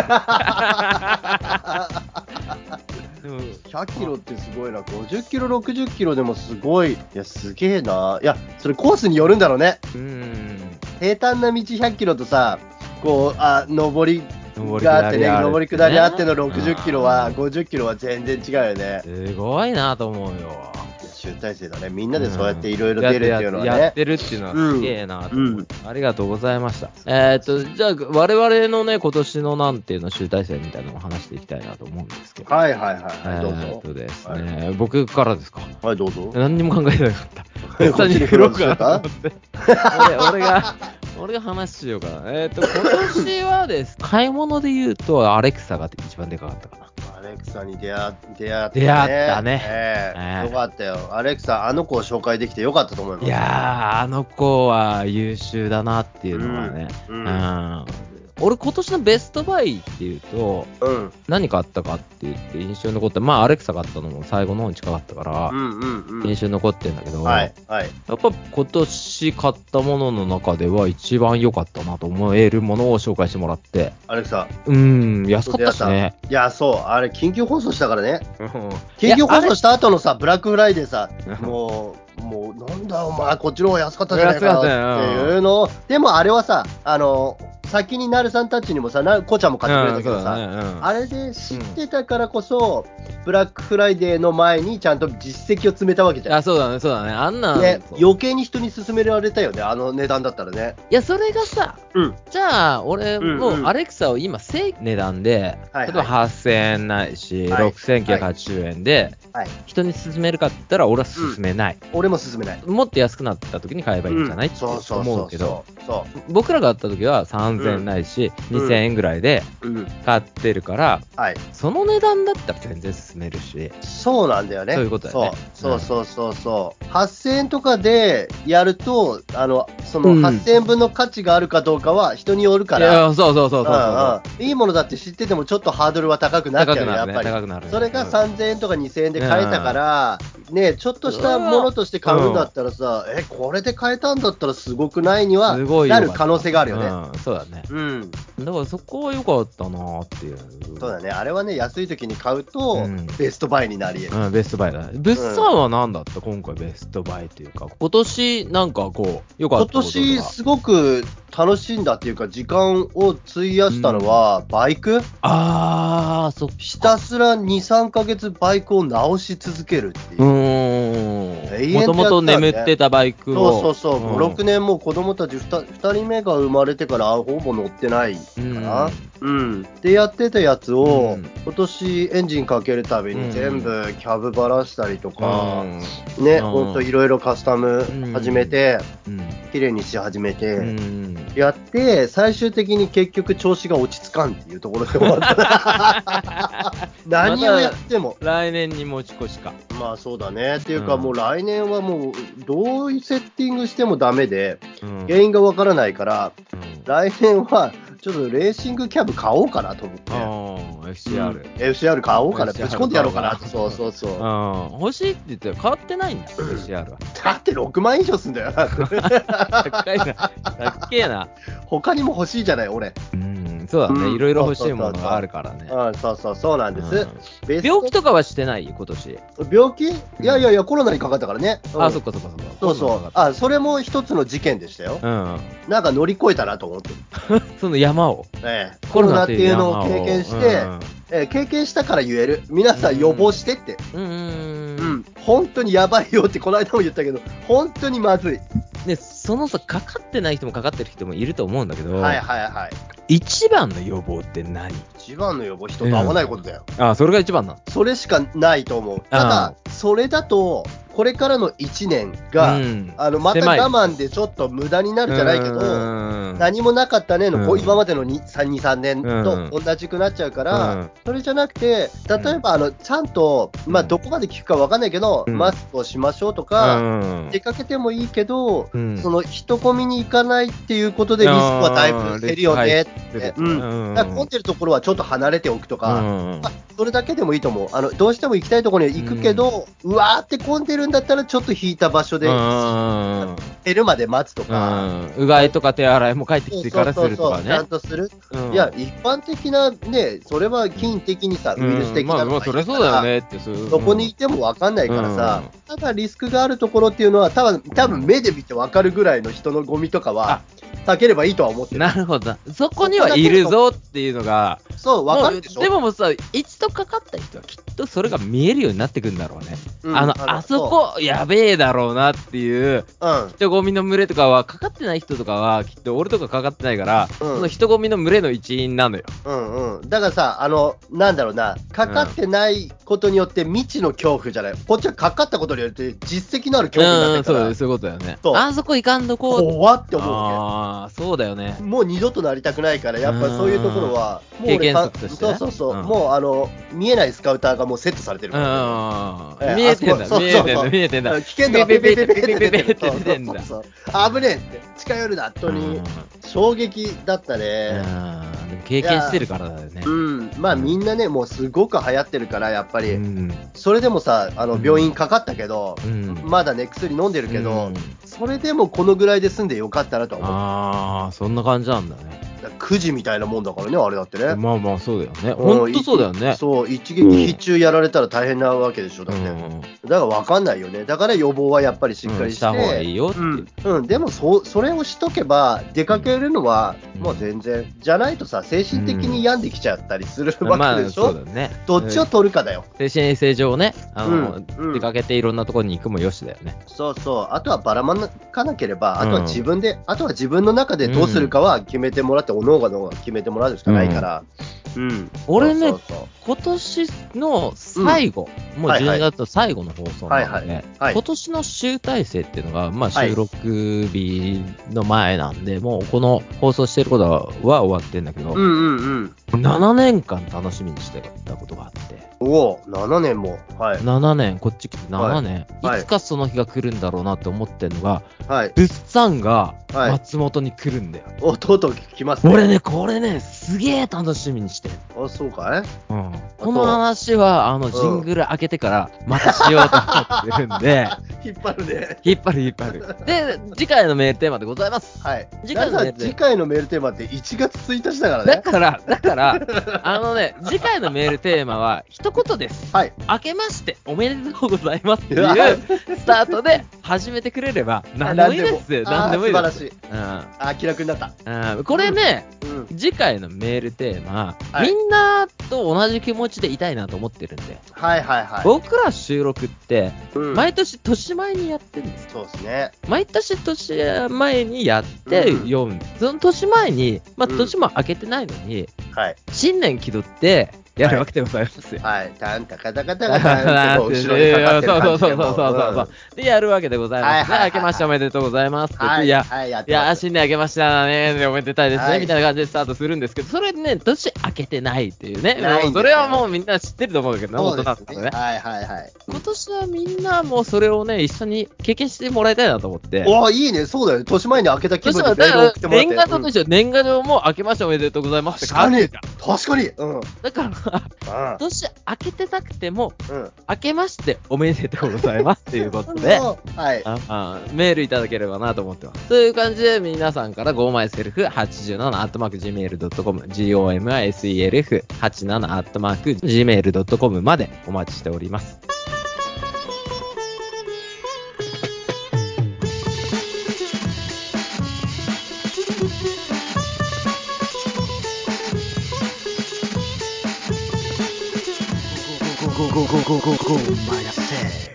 100キロってすごいな。50キロ、60キロでもすごい。いや、すげえな。いや、それコースによるんだろうね。平坦な道100キロとさ、上りがあってね、上り下りあっての60キロは、50キロは全然違うよね。 すごいなと思うよ。 集大成だね。みんなでそうやっていろいろ出るっていうのはね。 やってるっていうのはすげえなと思う。ありがとうございました。じゃあ、我々のね、今年のなんていうの集大成みたいなのを話していきたいなと思うんですけど。 はい。どうぞ。 ですね、僕からですか。 はい、どうぞ。 何にも考えてなかった。下に振ろうかなと思って。俺が話しようかな。今年はです。買い物で言うと、アレクサが一番でかかったかな。 アレクサに出会ったね。 よかったよ。アレクサ、あの子を紹介できてよかったと思います。 いやー、あの子は優秀だなっていうのはね。俺今年のベストバイっていうと、何買ったかって言って印象に残った。まあアレクサ買ったのも最後の方に近かったから、印象に残ってんだけど、やっぱ今年買ったものの中では一番良かったなと思えるものを紹介してもらって。 アレクサ。 安かったしね。 いや、そう。あれ、緊急放送したからね。緊急放送した後のさ、ブラックフライデーさ、もうなんだお前、こっちの方が安かったじゃないかっていうのを、でもあれはさ、 先になるさんたちにもさ、こちゃんも買ってくれたけどさ、あれで知ってたからこそ、ブラックフライデーの前にちゃんと実績を詰めたわけじゃん。 そうだね、そうだね。あんなね、余計に人に勧められたよね、あの値段だったらね。 いや、それがさ、じゃあ、俺もアレクサを今、正値段で、例えば8000円ないし、6980円で、人に勧めるかって言ったら、俺は勧めない。 俺も勧めない。 もっと安くなった時に買えばいいんじゃないって思うけど、僕らが買った時は3000円ないし、2000円ぐらいで買ってるから、その値段だったら全然勧めるし。 そうなんだよね。 そういうことだよね。 そう。8000円とかでやると、その8000円分の価値があるかどうかは人によるから。 いや、そう。 いいものだって知っててもちょっとハードルは高くなっちゃうよ、やっぱり。 高くなる。 それが3000円とか2000円で買えたから、ね、ちょっとしたものとして買うんだったらさ、これで買えたんだったらすごくないにはなる可能性があるよね。 そうだね。だからそこは良かったなーっていう。 そうだね。あれはね、安い時に買うと、ベストバイになり得る。 ベストバイだね。物産は何だった今回ベストバイというか。今年なんかこう、良かったこととか。今年すごく楽しんだっていうか、時間を費やしたのは、バイク？ そっか。 ひたすら2、3ヶ月バイクを直し続けるっていう。 もともと眠ってたバイクを。 そう、5、6年もう子供たち2人目が生まれてからほぼ乗ってないかな。でやってたやつを、今年エンジンかけるたびに全部キャブばらしたりとか、ね、ほんといろいろカスタム始めて、綺麗にし始めて、やって、最終的に結局調子が落ち着かんっていうところで終わった。何をやっても。 来年に持ち越しか。 まあそうだね。っていうかもう来年はもうどういうセッティングしてもダメで、原因がわからないから、来年はちょっとレーシングキャブ買おうかなと思って。FCR 買おうかな。ぶち込んでやろうかなと。そう。 欲しいって言って変わってないんだ、FCR は。 だって6万以上すんだよ。 高いな。高えな。 他にも欲しいじゃない、俺。 そうだね。いろいろ欲しいものがあるからね。 そうなんです。 病気とかはしてない今年。 病気？いや、コロナにかかったからね。 そっか。 そう。それも一つの事件でしたよ。なんか乗り越えたなと思って。 その山を。 コロナっていうのを経験して、経験したから言える。皆さん予防してって。本当にやばいよってこの間も言ったけど、本当にまずい。 で、そのさ、かかってない人もかかってる人もいると思うんだけど、一番の予防って何？ 一番の予防、人と会わないことだよ。 それが一番なの？ それしかないと思う。ただ、それだと、これからの1年が、また我慢でちょっと無駄になるじゃないけど、何もなかったねの、今までの2、3年と同じくなっちゃうから、それじゃなくて、例えば、ちゃんと、どこまで効くか分かんないけど、マスクをしましょうとか、出かけてもいいけど、その人混みに行かないっていうことでリスクはだいぶ減るよねって。だから混んでるところはちょっと離れておくとか、それだけでもいいと思う。どうしても行きたいところには行くけど、うわーって混んでるんだったらちょっと引いた場所で減るまで待つとか、 うがいとか手洗いも帰ってきてからするとかね。 ちゃんとする。いや、一般的なね、それは菌的にさ、ウイルス的なのがいいから、 それそうだよねって、 どこにいても分かんないからさ、ただリスクがあるところっていうのは、多分目で見て分かるぐらいの人のゴミとかは、避ければいいとは思ってる。 なるほど。そこにはいるぞっていうのが、 そう、分かるでしょ。 でももうさ、一度かかった人はきっとそれが見えるようになってくるんだろうね。あそこやべえだろうなっていう、人混みの群れとかは、かかってない人とかは、きっと俺とかかかってないから、その人混みの群れの一員なのよ。 だからさ、なんだろうな、かかってないことによって未知の恐怖じゃない。こっちはかかったことによって実績のある恐怖になってるから。 そういうことだよね。あそこ行かんとこう。 怖って思うわけ。そうだよね。 もう二度となりたくないから、やっぱそういうところは、 経験則として。 そう。もう、見えないスカウターがもうセットされてるから。 見えてんだ。 危険だ、 ペペって出てんだ。 危ねえって、近寄るな、本当に。衝撃だったね。 経験してるからだよね。 みんなね、もうすごく流行ってるから、やっぱり。それでもさ、病院かかったけど、まだね、薬飲んでるけど、それでもこのぐらいで済んでよかったなと思う。 そんな感じなんだね。 くじみたいなもんだからね、あれだってね。 まあまあそうだよね。ほんとそうだよね。 そう、一撃必中やられたら大変なわけでしょ、だって。だから分かんないよね。だから予防はやっぱりしっかりして。 した方がいいよって。 でもそれをしとけば、出かけるのはもう全然。じゃないとさ、精神的に病んできちゃったりするわけでしょ。そうだね。どっちを取るかだよ。 精神衛生上ね、出かけていろんなところに行くもよしだよね。 そうそう。あとはばらまかなければ、あとは自分の中でどうするかは決めてもらって、おのおのが決めてもらうしかないから。 俺ね、今年の最後、もう12月の最後の放送なので、今年の集大成っていうのが、まあ収録日の前なんで、もうこの放送してることは終わってるんだけど、7年間楽しみにしてたことがあって。 7年も。 7年、こっち来て7年。いつかその日が来るんだろうなって思ってるのが、物産が松本に来るんだよ。 とうとう来ますね。 俺ね、これね、すげえ楽しみにしてる。 そうかい？ この話は、ジングル開けてから、またしようと思ってるんで、 引っ張るね。 引っ張る。で、次回のメールテーマでございます。 次回のメールテーマって1月1日だからね。 だから、次回のメールテーマは、一言です。明けましておめでとうございますっていうスタートで始めてくれれば、何でもいいです。何でもいいです。 素晴らしい。気楽になった。 これね、次回のメールテーマ、みんなと同じ気持ちでいたいなと思ってるんで。僕ら収録って、毎年年前にやってるんです。 そうですね。 毎年年前にやって読む。その年前に、年も明けてないのに、新年気取って、やるわけでございますよ。 タンタカタカタカタンって後ろにかかってる感じで。 そう。で、やるわけでございますね。明けましておめでとうございますって。いや、新年明けましてね、おめでたいですね、みたいな感じでスタートするんですけど、それね、年明けてないっていうね。それはもうみんな知ってると思うんだけどね、大人だったらね。今年はみんなもうそれをね、一緒に経験してもらいたいなと思って。 いいね、そうだよ。年前に明けた気分でメール送ってもらって。 年賀状と一緒、年賀状も明けましておめでとうございますって確かに。 だから、年明けてなくても、明けましておめでとうございますっていうことで、メールいただければなと思ってます。という感じで、皆さんからgoMyself87@gmail.com、goMyself87@gmail.com までお待ちしております。 Go myself。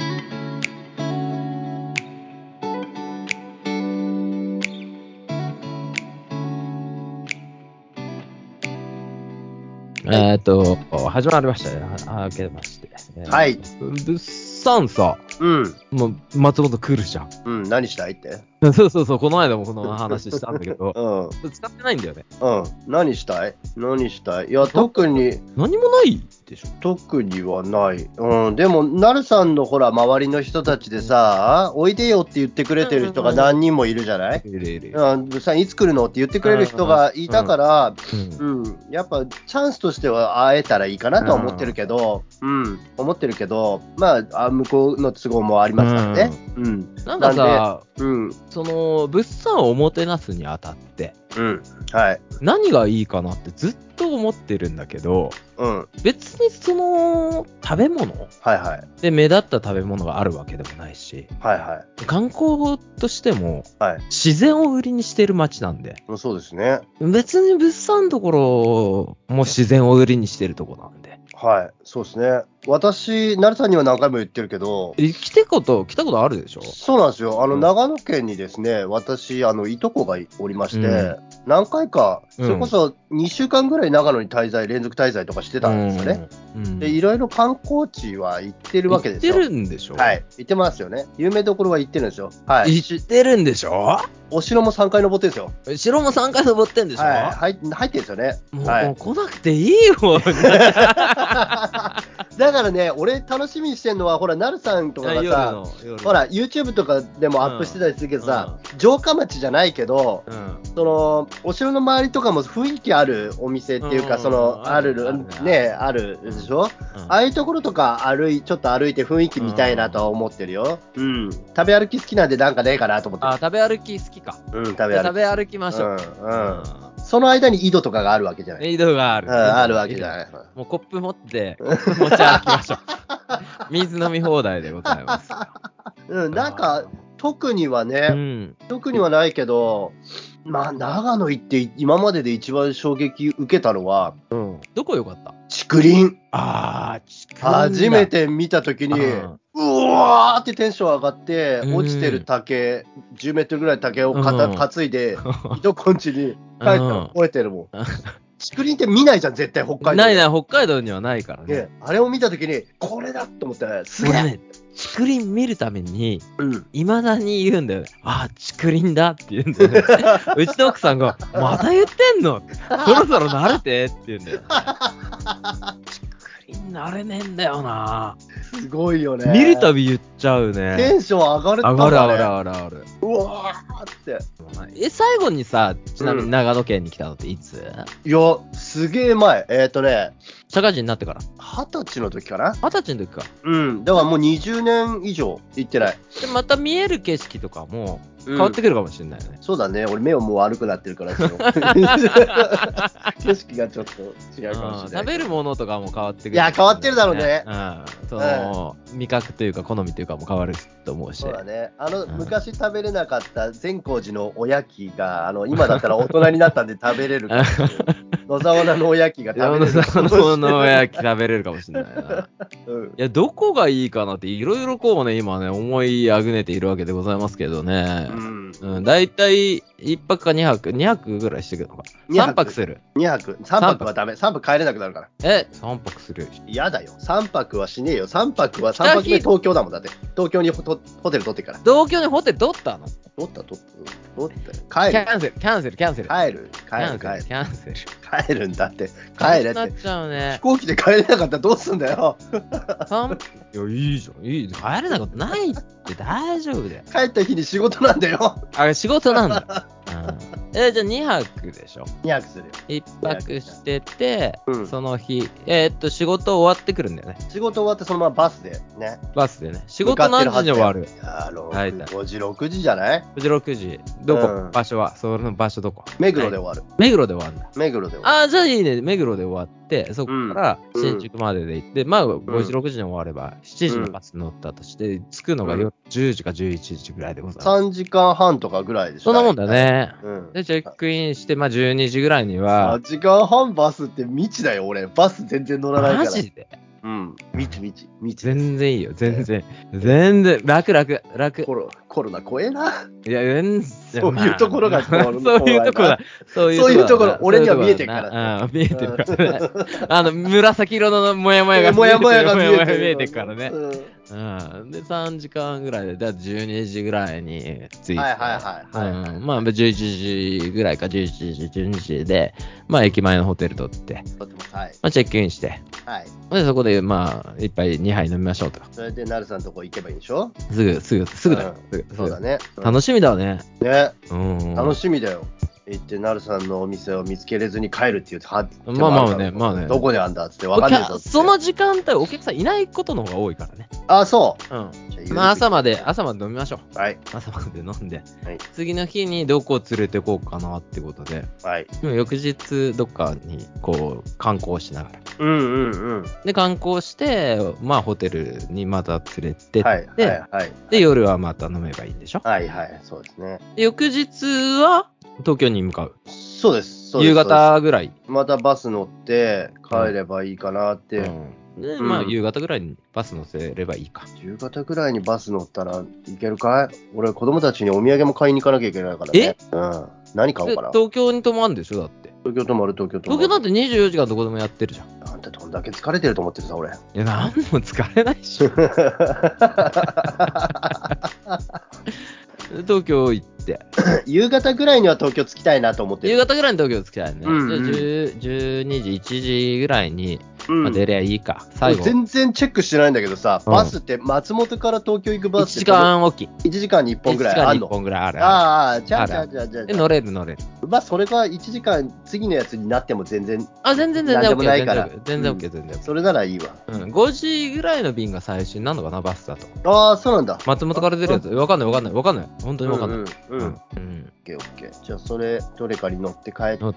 始まりましたね。明けまして。物産さ、もう松本来るじゃん。 何したいって。 そう、この間もこの話したんだけど、使ってないんだよね。 何したい？いや、特に。 何もないでしょ。 特にはない。でも、なるさんのほら、周りの人たちでさ、おいでよって言ってくれてる人が何人もいるじゃない？いつ来るのって言ってくれる人がいたから、やっぱチャンスとしては会えたらいいかなとは思ってるけど、まあ、向こうの都合もありますからね。 なんかさ、その物産をおもてなすにあたって、何がいいかなってずっと思ってるんだけど、別にその食べ物で目立った食べ物があるわけでもないし、観光としても自然を売りにしてる街なんで、 そうですね。 別に物産のところも自然を売りにしてるところなんで。 そうですね。私、成さんには何回も言ってるけど、 来たことあるでしょ？ そうなんですよ。長野県にですね、私、いとこがおりまして、何回か、それこそ2週間ぐらい長野に連続滞在とかしてたんですよね。で、いろいろ観光地は行ってるわけですよ。 行ってるんでしょ？ 行ってますよね。有名どころは行ってるんですよ。 行ってるんでしょ？ お城も3回登ってるんですよ。 城も3回登ってんでしょ？ 入ってるんですよね。 もう来なくていいよ。 だからね、俺楽しみにしてんのは、ほら、なるさんとかがさ、ほら、YouTube とかでもアップしてたりするけどさ、城下町じゃないけど、その、お城の周りとかも雰囲気あるお店っていうか、あるでしょ？ああいうところとかちょっと歩いて雰囲気見たいなとは思ってるよ。食べ歩き好きなんでなんかねえかなと思って。 食べ歩き好きか。 食べ歩きましょう。 その間に井戸とかがあるわけじゃない。 井戸がある。 あるわけじゃない。 もうコップ持って、持ち歩きましょう。水飲み放題でございます。 なんか、特にはね、特にはないけど、まあ、長野行って今までで一番衝撃受けたのは、 どこよかった？ 竹林。 竹林。 初めて見たときに、うわーってテンション上がって、落ちてる竹、10メートルぐらい竹を担いで、糸こんちに帰ったの覚えてるもん。竹林って見ないじゃん、絶対北海道。 ない、北海道にはないからね。 あれを見たときに、これだと思ったら、すげえ。 竹林見るために、いまだに言うんだよね。竹林だって言うんだよね。うちの奥さんが、また言ってんのそろそろ慣れてって言うんだよね。竹林慣れねえんだよな。 すごいよね。 見るたび言っちゃうね。 テンション上がるって上がる。 うわーって。 最後にさ、ちなみに長野県に来たのっていつ？ いや、すげえ前。 社会人になってから。 20歳の時かな。 20歳の時か。 だからもう20年以上行ってない。 で、また見える景色とかも変わってくるかもしれないよね。 そうだね。俺目もう悪くなってるから景色がちょっと違うかもしれない。 食べるものとかも変わってくる。 いや、変わってるだろうね。 味覚というか好みというかも変わると思うし。 そうだね。昔食べれなかった善光寺のおやきが、今だったら大人になったんで食べれるかもしれない。野沢菜のおやきが食べれる。 野沢菜のおやき食べれるかもしれないな。いや、どこがいいかなっていろいろこうね、今ね、思いあぐねているわけでございますけどね。だいたい1泊か2泊ぐらいしてくるのか。3泊する。 3泊はダメ。3泊帰れなくなるから。 3泊する。 嫌だよ。3泊はしねえよ。3泊目東京だもんだって。東京にホテル取ってから。 東京にホテル取ったの？ 取った。帰る。 キャンセル。 帰るんだって。帰れって。 なっちゃうね。 飛行機で帰れなかったらどうすんだよ。 いや、いいじゃん。帰れなことないって大丈夫だよ。 帰った日に仕事なんだよ。 仕事なんだ。じゃあ2泊でしょ。 2泊するよ。 1泊してて、その日、仕事終わってくるんだよね。 仕事終わってそのままバスでね。 仕事何時に終わる ？5時、6時じゃない？ 5時、6時。どこ？場所は？その場所どこ？ 目黒で終わる。 目黒で終わるんだ。 目黒で終わる。 じゃあいいね。目黒で終わって、そこから新宿までで行って、まあ5時、6時に終われば、7時のバス乗ったとして、着くのが10時か11時ぐらいでございます。 3時間半とかぐらいでしょ。 そんなもんだね。で、チェックインして、12時ぐらいには。 3時間半バスって未知だよ、俺。バス全然乗らないから。 マジで？ 未知。 全然いいよ、全然。楽。 コロナ怖えな。 いや、全然。 そういうところがそういうところだ。 そういうところ、俺には見えてるから。 見えてるからね。紫色のモヤモヤが見えてるからね。で、3時間ぐらいで、だ12時ぐらいに着いて。まあ、11時ぐらいか、11時、12時で、まあ、駅前のホテル取って、まあ、チェックインして、で、そこで、まあ、一杯2杯飲みましょうと。 それで、なるさんのとこ行けばいいでしょ？ すぐだよ。 そうだね。 楽しみだね。 楽しみだよ。行って、なるさんのお店を見つけれずに帰るっていうまあね。 どこにあんだっつって分かんないぞって。 その時間帯、お客さんいないことの方が多いからね。 そう。 まあ、朝まで飲みましょう。朝まで飲んで。次の日にどこを連れてこうかなってことで。翌日、どっかに、こう、観光しながら。で、観光して、まあ、ホテルにまた連れてって、で、夜はまた飲めばいいんでしょ？ そうですね。 翌日は、東京に向かう。 そうです。 夕方ぐらい。 またバス乗って帰ればいいかなって。 で、まあ、夕方ぐらいにバス乗せればいいか。 夕方ぐらいにバス乗ったらいけるかい？俺、子供たちにお土産も買いに行かなきゃいけないからね。何買おうかな。 東京に泊まるんでしょ？だって。 東京だって 24時間どこでもやってるじゃん。 あんたどんだけ疲れてると思ってるさ、俺。 いや、なんも疲れないっしょ。東京行って。 夕方ぐらいには東京着きたいなと思ってる。 夕方ぐらいに東京着きたいね。12時、1時ぐらいにまあ、出りゃいいか。最後。 全然チェックしてないんだけどさ、バスって松本から東京行くバスって 1時間おき。 1時間に1本ぐらいあるの。 1時間に1本ぐらいある。 ああ、じゃあ。 で、乗れる。 まあ、それが1時間次のやつになっても全然。 全然なんでもないから。 全然 OK、全然。 それならいいわ。 5時ぐらいの便が最終になるのかな、バスだと。 ああ、そうなんだ。 松本から出るやつ。わかんない。本当にわかんない。 オッケー。じゃあ、それ、どれかに乗って帰って、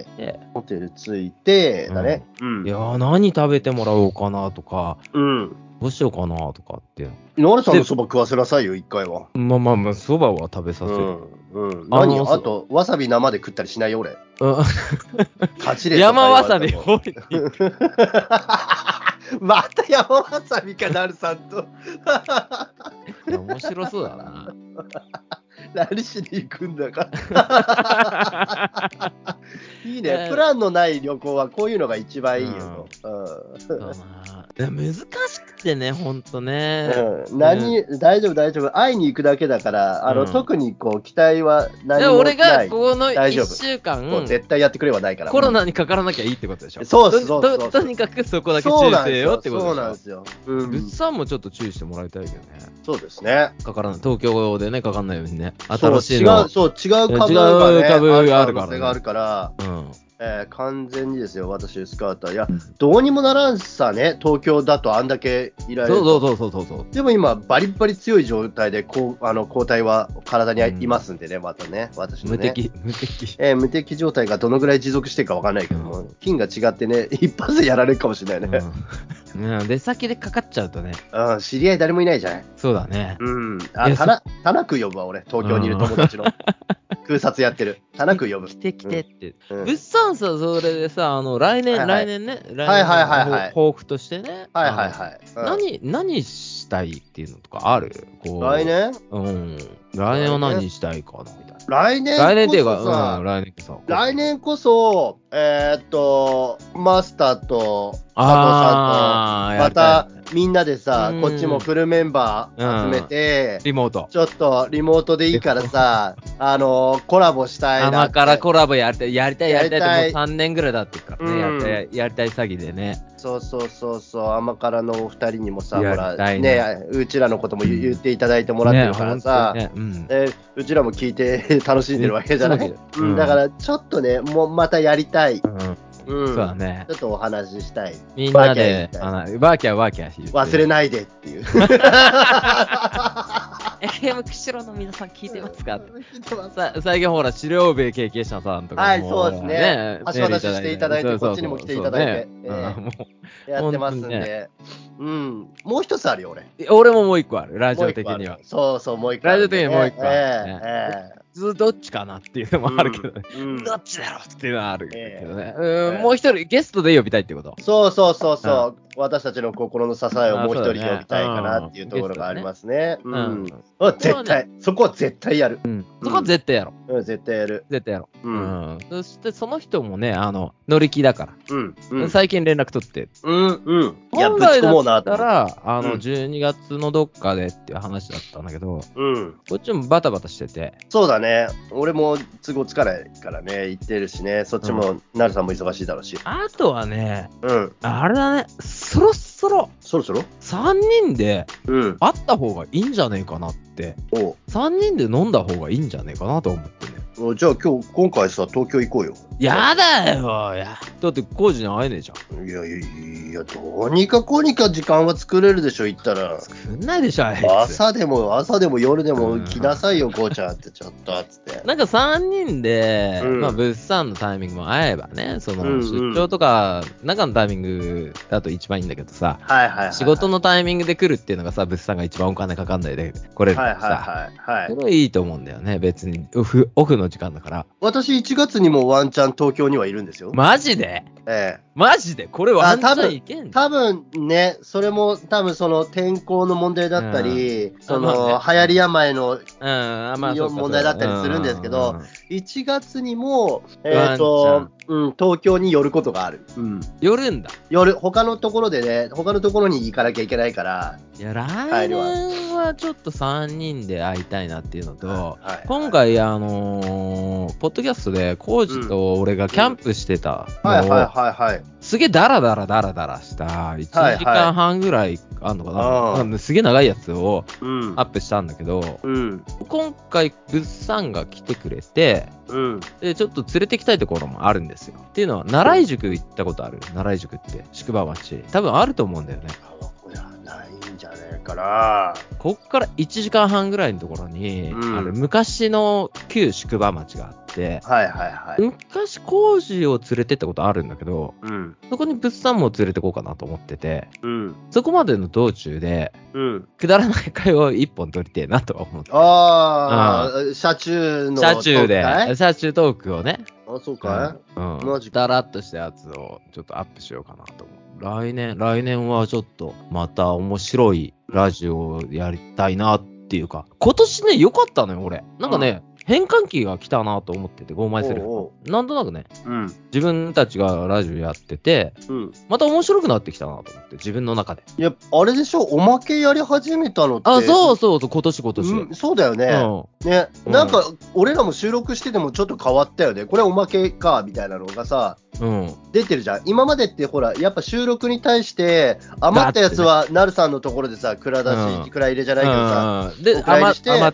ホテル着いて、だね。 いやー、何食べてもらおうかなとか、どうしようかなとかって。 ノラさんのそば食わせなさいよ、一回は。 まあ、そばは食べさせる。 何あと、わさび生で食ったりしないよ、俺。勝ちで山わさび、ほい。 また山わさびか、なるさんと。 面白そうだな。 何しに行くんだか。いいね、プランのない旅行はこういうのが一番いいよ。 難しくてね、ほんとね。 大丈夫。会いに行くだけだから、特にこう期待は何もない。 俺がこの1週間、 絶対やってくれはないから。 コロナにかからなきゃいいってことでしょ。 そう。 とにかくそこだけ注意せよってことでしょ。 そうなんですよ。 物産もちょっと注意してもらいたいけどね。 そうですね。 かからない。東京でね、かかんないようにね。 新しいの。違う株があるから。完全にですよ、私、スカウター。いや、どうにもならんさね、東京だとあんだけいられる。 そう。 でも今、バリバリ強い状態で、抗体は体にいますんでね、またね、私のね。無敵状態がどのぐらい持続してるかわかんないけども、菌が違ってね、一発でやられるかもしれないね。 出先でかかっちゃうとね。 知り合い誰もいないじゃない。 そうだね。 田中呼ぶわ、俺、東京にいる友達の。空撮やってる。田中呼ぶ。 来てって。物産さ、それでさ、来年ね。抱負としてね。何したいっていうのとかある？ 来年？ 来年は何したいかなみたいな。 来年っていうか、来年こそ、マスターと佐藤さんと、またみんなでさ、こっちもフルメンバー集めて、 リモート。 ちょっとリモートでいいからさ、コラボしたいなって。 甘辛コラボやりたいってもう3年ぐらいだってからね、やりたい詐欺でね。 そう、甘辛のお二人にもさ、ほら、ね、うちらのことも言っていただいてもらってるからさ、うちらも聞いて楽しんでるわけじゃない。だから、ちょっとね、もうまたやりたい。 そうだね。 ちょっとお話ししたい。 みんなで、ワーキャーし忘れないでっていう。 FM 釧路の皆さん聞いてますか？最近ほら、資料部経験者さんとかも。 はい、そうですね。橋渡ししていただいて、こっちにも来ていただいて。やってますんで。もう一つあるよ、俺。 俺ももう一個ある、ラジオ的には。 そう、もう一個。 ラジオ的にはもう一個ある。どっちかなっていうのもあるけどね。どっちだろうっていうのはあるけどね。もう一人ゲストで呼びたいってこと？ そう。私たちの心の支えをもう一人呼びたいかなっていうところがありますね。絶対。そこは絶対やる。 そこは絶対やろう。絶対やる。 そしてその人もね、乗り気だから。最近連絡取って。本来だったら、12月のどっかでっていう話だったんだけど、こっちもバタバタしてて。 そうだね。俺も都合つかないからね、行ってるしね。そっちも、なるさんも忙しいだろうし。 あとはね、あれだね、そろそろ3人で会った方がいいんじゃねえかなって。3人で飲んだ方がいいんじゃねえかなと思ってね。 じゃあ今回さ、東京行こうよ。 やだよ。だって工事に会えねえじゃん。 いや、どうにか時間は作れるでしょ、行ったら。 作んないでしょ、あいつ。 朝でも夜でも来なさいよ、こうちゃんってちょっと、つって。 なんか3人で、物産のタイミングも合えばね、その出張とか、中のタイミングだと一番いいんだけどさ、仕事のタイミングで来るっていうのがさ、物産が一番お金かかんないで来れるからさ、それはいいと思うんだよね、別に。オフの時間だから。 私1月にもワンチャン東京にはいるんですよ。 マジで？マジでこれワンチャンいけんの？ 多分ね、それもその天候の問題だったり、その流行り病の問題だったりするんですけど、1月にも、東京に寄ることがある。 寄るんだ。 他のところに行かなきゃいけないから。 いや、来年はちょっと3人で会いたいなっていうのと、今回、 ポッドキャストで、コウジと俺がキャンプしてたのを、 はいはいはいはい。 すげえダラダラした1時間半ぐらいあんのかな、すげえ長いやつをアップしたんだけど、今回物産が来てくれて、でちょっと連れてきたいところもあるんですよ。っていうのは、奈良井宿行ったことある？奈良井宿って宿場町、多分あると思うんだよね。 いや、ないんじゃねえかな。 こっから1時間半ぐらいのところに、昔の旧宿場町があって、昔工事を連れてったことあるんだけど、そこに物産も連れてこうかなと思ってて、そこまでの道中で、くだらない会話を一本取りてえなとは思って。 車中の車中トークをね。 そうかい？ マジか。だらっとしたやつをちょっとアップしようかなと思う。来年はちょっとまた面白いラジオをやりたいなっていうか、今年ね、良かったのよ、俺。なんかね、変換期が来たなと思ってて、ゴーマイセルフ。なんとなくね、自分たちがラジオやってて、また面白くなってきたなと思って、自分の中で。 いや、あれでしょ、おまけやり始めたのって。 そう、今年。 そうだよね。ね、なんか、俺らも収録しててもちょっと変わったよね。これおまけか、みたいなのがさ、出てるじゃん。今までってほら、やっぱ収録に対して、余ったやつは、なるさんのところでさ、蔵入れじゃないけどさ、 で、余って、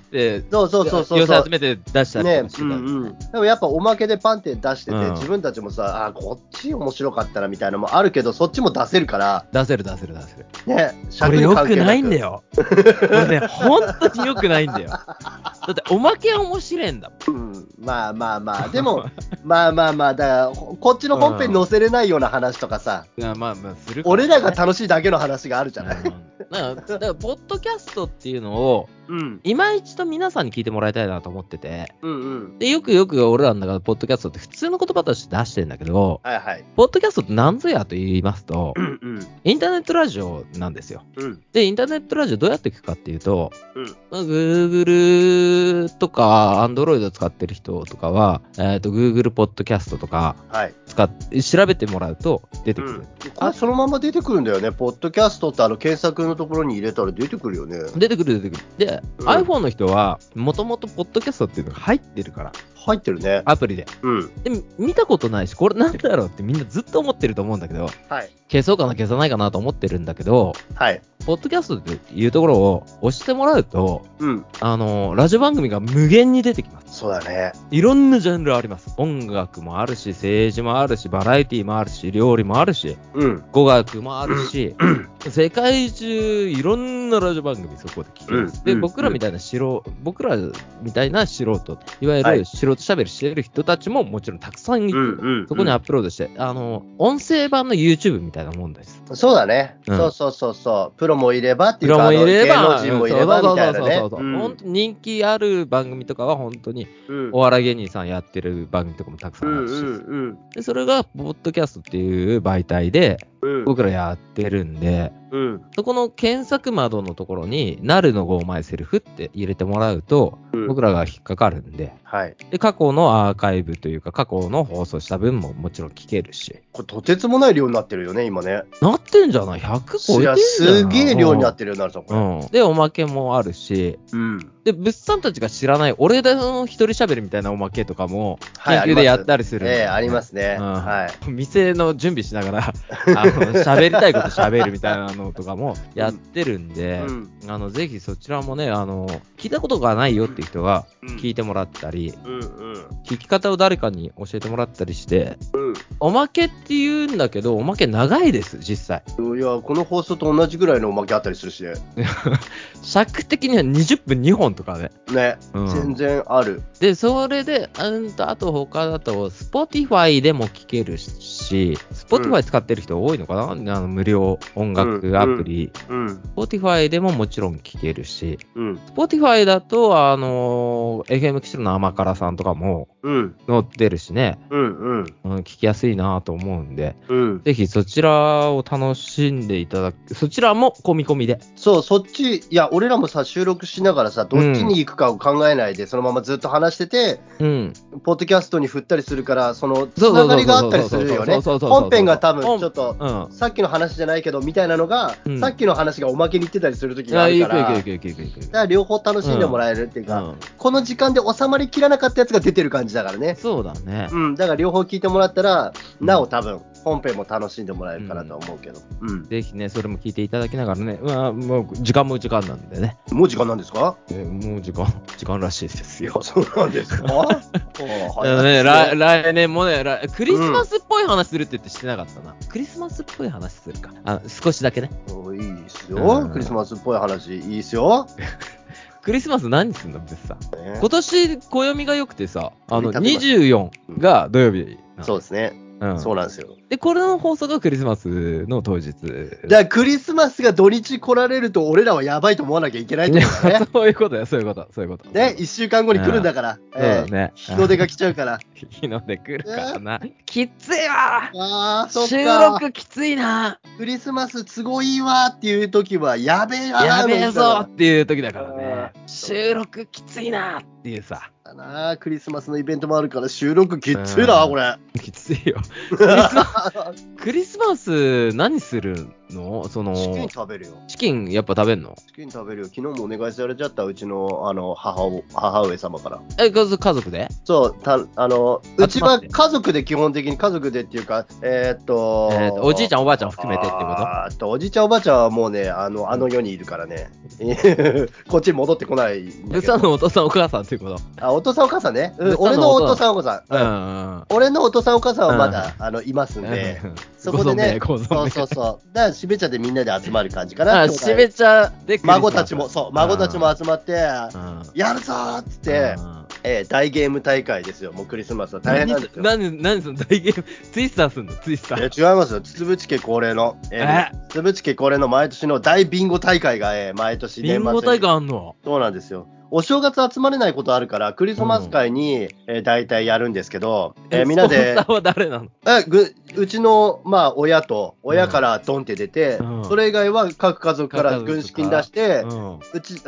寄せ集めて出したりとかしてた。 でもやっぱおまけでパンって出してて、自分たちもさ、こっち面白かったなみたいなのもあるけど、そっちも出せるから。 出せる。 ね、 これ良くないんだよ。これね、本当に良くないんだよ。だっておまけは面白いんだもん。 まあ、でも、まあ、だから、こっちの本編に載せれないような話とかさ、 する。 俺らが楽しいだけの話があるじゃない。 だから、ポッドキャストっていうのを、今一度皆さんに聞いてもらいたいなと思ってて、でよく俺らの中でポッドキャストって普通の言葉として出してるんだけど、ポッドキャストって何ぞやと言いますと、インターネットラジオなんですよ。で、インターネットラジオどうやって聞くかっていうと、Google とか Android を使ってる人とかは、Google ポッドキャストとか調べてもらうと出てくる。 これそのまま出てくるんだよね。ポッドキャストって検索のところに入れたら出てくるよね。 出てくる。で、iPhone の人はもともとポッドキャストっていうのが入ってるから。 入ってるね。 アプリで。で、見たことないし、これなんだろうってみんなずっと思ってると思うんだけど、消そうかな消さないかなと思ってるんだけど、ポッドキャストっていうところを押してもらうと、ラジオ番組が無限に出てきます。 そうだね。 いろんなジャンルあります。音楽もあるし、政治もあるし、バラエティもあるし、料理もあるし、語学もあるし、世界中いろんなラジオ番組そこで聞けます。で、僕らみたいな素人、いわゆる素人喋りしてる人たちももちろんたくさんいる。そこにアップロードして、音声版の YouTube みたいなもんです。 そうだね。そう。プロもいればっていうか、芸能人もいればみたいなね。 本当人気ある番組とかは本当にお笑い芸人さんやってる番組とかもたくさんあるし、でそれがポッドキャストっていう媒体で僕らやってるんで、そこの検索窓のところになるのゴーマイセルフって入れてもらうと、僕らが引っかかるんで、で過去のアーカイブというか過去の放送した分ももちろん聞けるし、 これとてつもない量になってるよね今ね。 なってんじゃない？ 100 超えてんじゃない？ すげえ量になってるようになるぞこれ。 でおまけもあるし、で物産たちが知らない俺の一人喋りみたいなおまけとかも研究でやったりするんで、 ありますね。 店の準備しながら喋りたいこと喋るみたいなのとかもやってるんで、ぜひそちらもね、聞いたことがないよっていう人が聞いてもらったり、聞き方を誰かに教えてもらったりして、おまけって言うんだけど、おまけ長いです、実際。 いや、この放送と同じぐらいのおまけあったりするしね。 尺的には20分2本とかね。 全然ある。 で、それで、あと他だと、Spotify でも聞けるし、Spotify 使ってる人多いのかな、無料音楽アプリ。Spotify でももちろん聞けるし、Spotify だと、FM キシロの甘辛さんとかも載ってるしね、聞きやすいなと思うんで、ぜひそちらを楽しんでいただく、そちらも込み込みで。 そう、そっち、いや、俺らもさ、収録しながらさ、どっちに行くかを考えないで、そのままずっと話してて、ポッドキャストに振ったりするから、そのつながりがあったりするよね。本編が多分ちょっと、さっきの話じゃないけどみたいなのが、さっきの話がおまけに言ってたりする時があるから、だから両方楽しんでもらえるっていうか、この時間で収まりきらなかったやつが出てる感じだからね。 そうだね。 だから両方聞いてもらったら、なお多分本編も楽しんでもらえるかなと思うけど、 ぜひね、それも聞いていただきながらね、もう時間も時間なんでね。 もう時間なんですか？ もう時間らしいですよ。 そうなんですか？ 来年もね、クリスマスっぽい話するって言ってしてなかったな。クリスマスっぽい話するか。少しだけね。 いいっすよ。クリスマスっぽい話、いいっすよ。 クリスマス何すんの別さ。今年暦が良くてさ、24が土曜日。 そうですね。そうなんですよ。 で、これの放送がクリスマスの当日。 だからクリスマスが土日来られると俺らはやばいと思わなきゃいけないってことね。 そういうことよ、そういうこと。 ね、1週間後に来るんだから。日の出が来ちゃうから。 日の出来るからな。きついわそっか。 収録きついな。 クリスマス都合いいわっていう時はやべえわ。 やべえぞっていう時だからね。収録きついなっていうさ。 クリスマスのイベントもあるから収録きついな、これ。 きついよ。クリスマス何するの？ チキン食べるよ。 チキンやっぱ食べんの？ チキン食べるよ。昨日もお願いされちゃった、うちの母上様から。 家族で？ そう、うちは家族で基本的に家族でっていうか、 おじいちゃんおばあちゃん含めてってこと？ おじいちゃんおばあちゃんはもうね、あの世にいるからね。こっちに戻ってこない。 うさのお父さんお母さんっていうこと？ お父さんお母さんね。俺のお父さんお母さん。俺のお父さんお母さんはまだいますんで、そこでね、そう。だからしべ茶でみんなで集まる感じかな。 しべ茶で孫たちも集まって、やるぞーっつって、大ゲーム大会ですよ。もうクリスマスは大変なんですよ。 何その大ゲーム？ツイスターすんの？ツイスター。違いますよ。つつぶち家恒例の、つつぶち家恒例の毎年の大ビンゴ大会が、毎年年末に。 ビンゴ大会あんの？ そうなんですよ。お正月集まれないことあるから、クリスマス会に、大体やるんですけど、みんなで。 スポンサーは誰なの？ うちの、親からドンって出て、それ以外は各家族から軍資金出して、私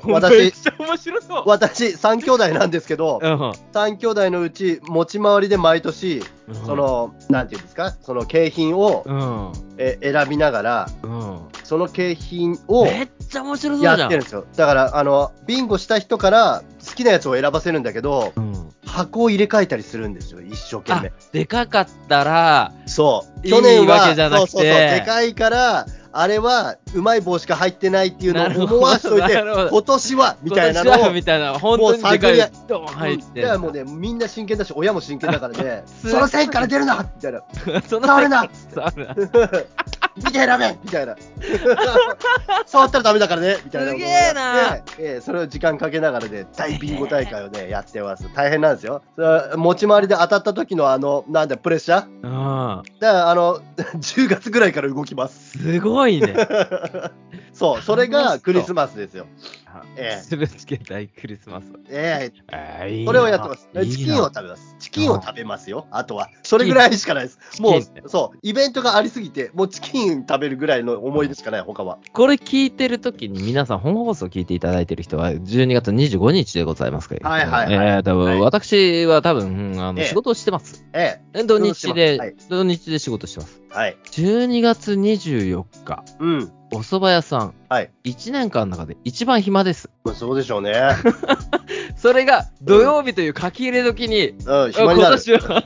3兄弟なんですけど、3兄弟のうち持ち回りで毎年、なんていうんですか、その景品を、選びながら、その景品をめっちゃ面白そうじゃん。 やってるんですよ。だからビンゴした人から好きなやつを選ばせるんだけど、箱を入れ替えたりするんですよ、一生懸命。 でかかったら、 そう去年はわけじゃなくて、 そうでかいからあれはうまい棒しか入ってないっていうのを思わしといて、今年はみたいなのを本当にでかいドン入ってる。もうね、みんな真剣だし親も真剣だからねその線から出るなみたいな触るな見て選べみたいな触ったらダメだからねみたいなすげえなそれを時間かけながらね大ビンゴ大会をねやってます。大変なんですよ。持ち回りで当たった時のなんだプレッシャーだから10月ぐらいから動きます。 すごいねそう、それがクリスマスですよ。 すべて大クリスマス。 それをやってます。チキンを食べます。チキンを食べますよ。あとは。それぐらいしかないです。もう、そう、イベントがありすぎて、もうチキン食べるぐらいの思い出しかない、他は。 これ聞いてるときに、皆さん、本放送聞いていただいてる人は、12月25日でございますけど。私は多分、仕事をしてます。土日で仕事してます。12月24日。お蕎麦屋さん、1年間の中で一番暇です。 そうでしょうね。 それが土曜日という書き入れ時に、 暇になる。 今年は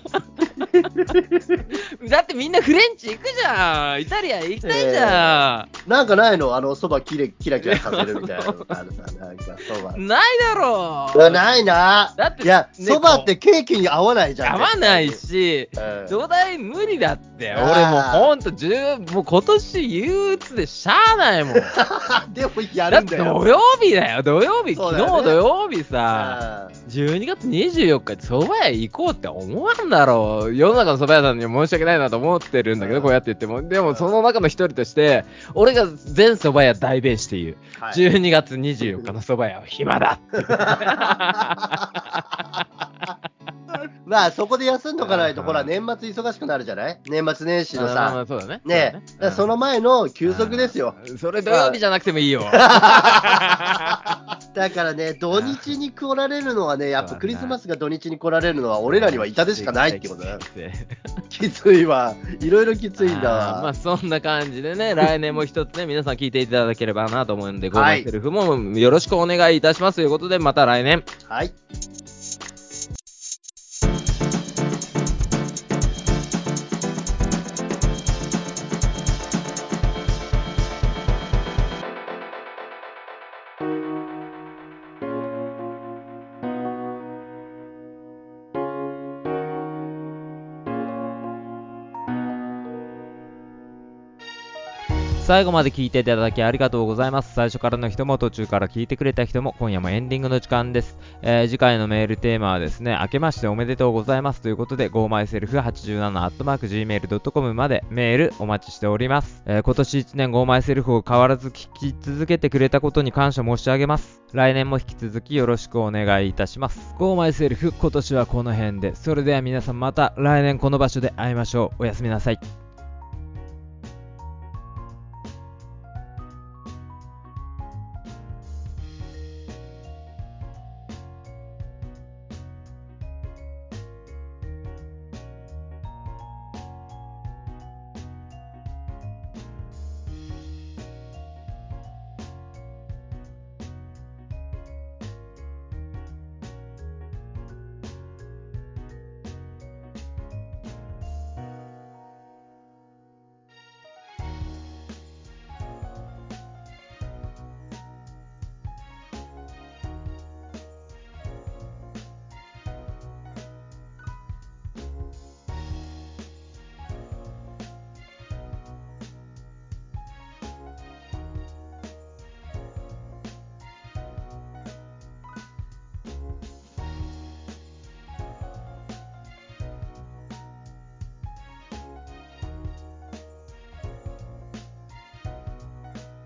だってみんなフレンチ行くじゃん。イタリア行きたいじゃん。 なんかないの？蕎麦キラキラさせるみたいなのあるさ。 ないだろう。ないな。だって、いや、蕎麦ってケーキに合わないじゃん。 合わないし、土台無理だって。俺もうほんと、もう今年憂鬱でしゃあないもん。 でもやるんだよ。 だって土曜日だよ、土曜日。昨日土曜日さ、12月24日に蕎麦屋行こうって思わんだろう。世の中の蕎麦屋さんには申し訳ないなと思ってるんだけど、こうやって言っても。でもその中の一人として、俺が全蕎麦屋代弁して言う。12月24日の蕎麦屋は暇だ。 まあそこで休んどかないと、ほら年末忙しくなるじゃない？年末年始のさ。 まあそうだね。 ねえ、その前の休息ですよ。 それ土曜日じゃなくてもいいよ。 だからね、土日に来られるのはね、やっぱクリスマスが土日に来られるのは俺らには痛手しかないってことだよ。きついわ。いろいろきついんだわ。 まあそんな感じでね、来年も一つね、皆さん聞いていただければなと思うんで、ゴーマイセルフもよろしくお願いいたしますということで、また来年。 はい。 最後まで聞いていただきありがとうございます。最初からの人も途中から聞いてくれた人も今夜もエンディングの時間です。次回のメールテーマはですね、明けましておめでとうございますということで、gomyself87@gmail.com までメールお待ちしております。今年1年gomyselfを変わらず聞き続けてくれたことに感謝申し上げます。来年も引き続きよろしくお願いいたします。gomyself今年はこの辺で、それでは皆さんまた来年この場所で会いましょう。おやすみなさい。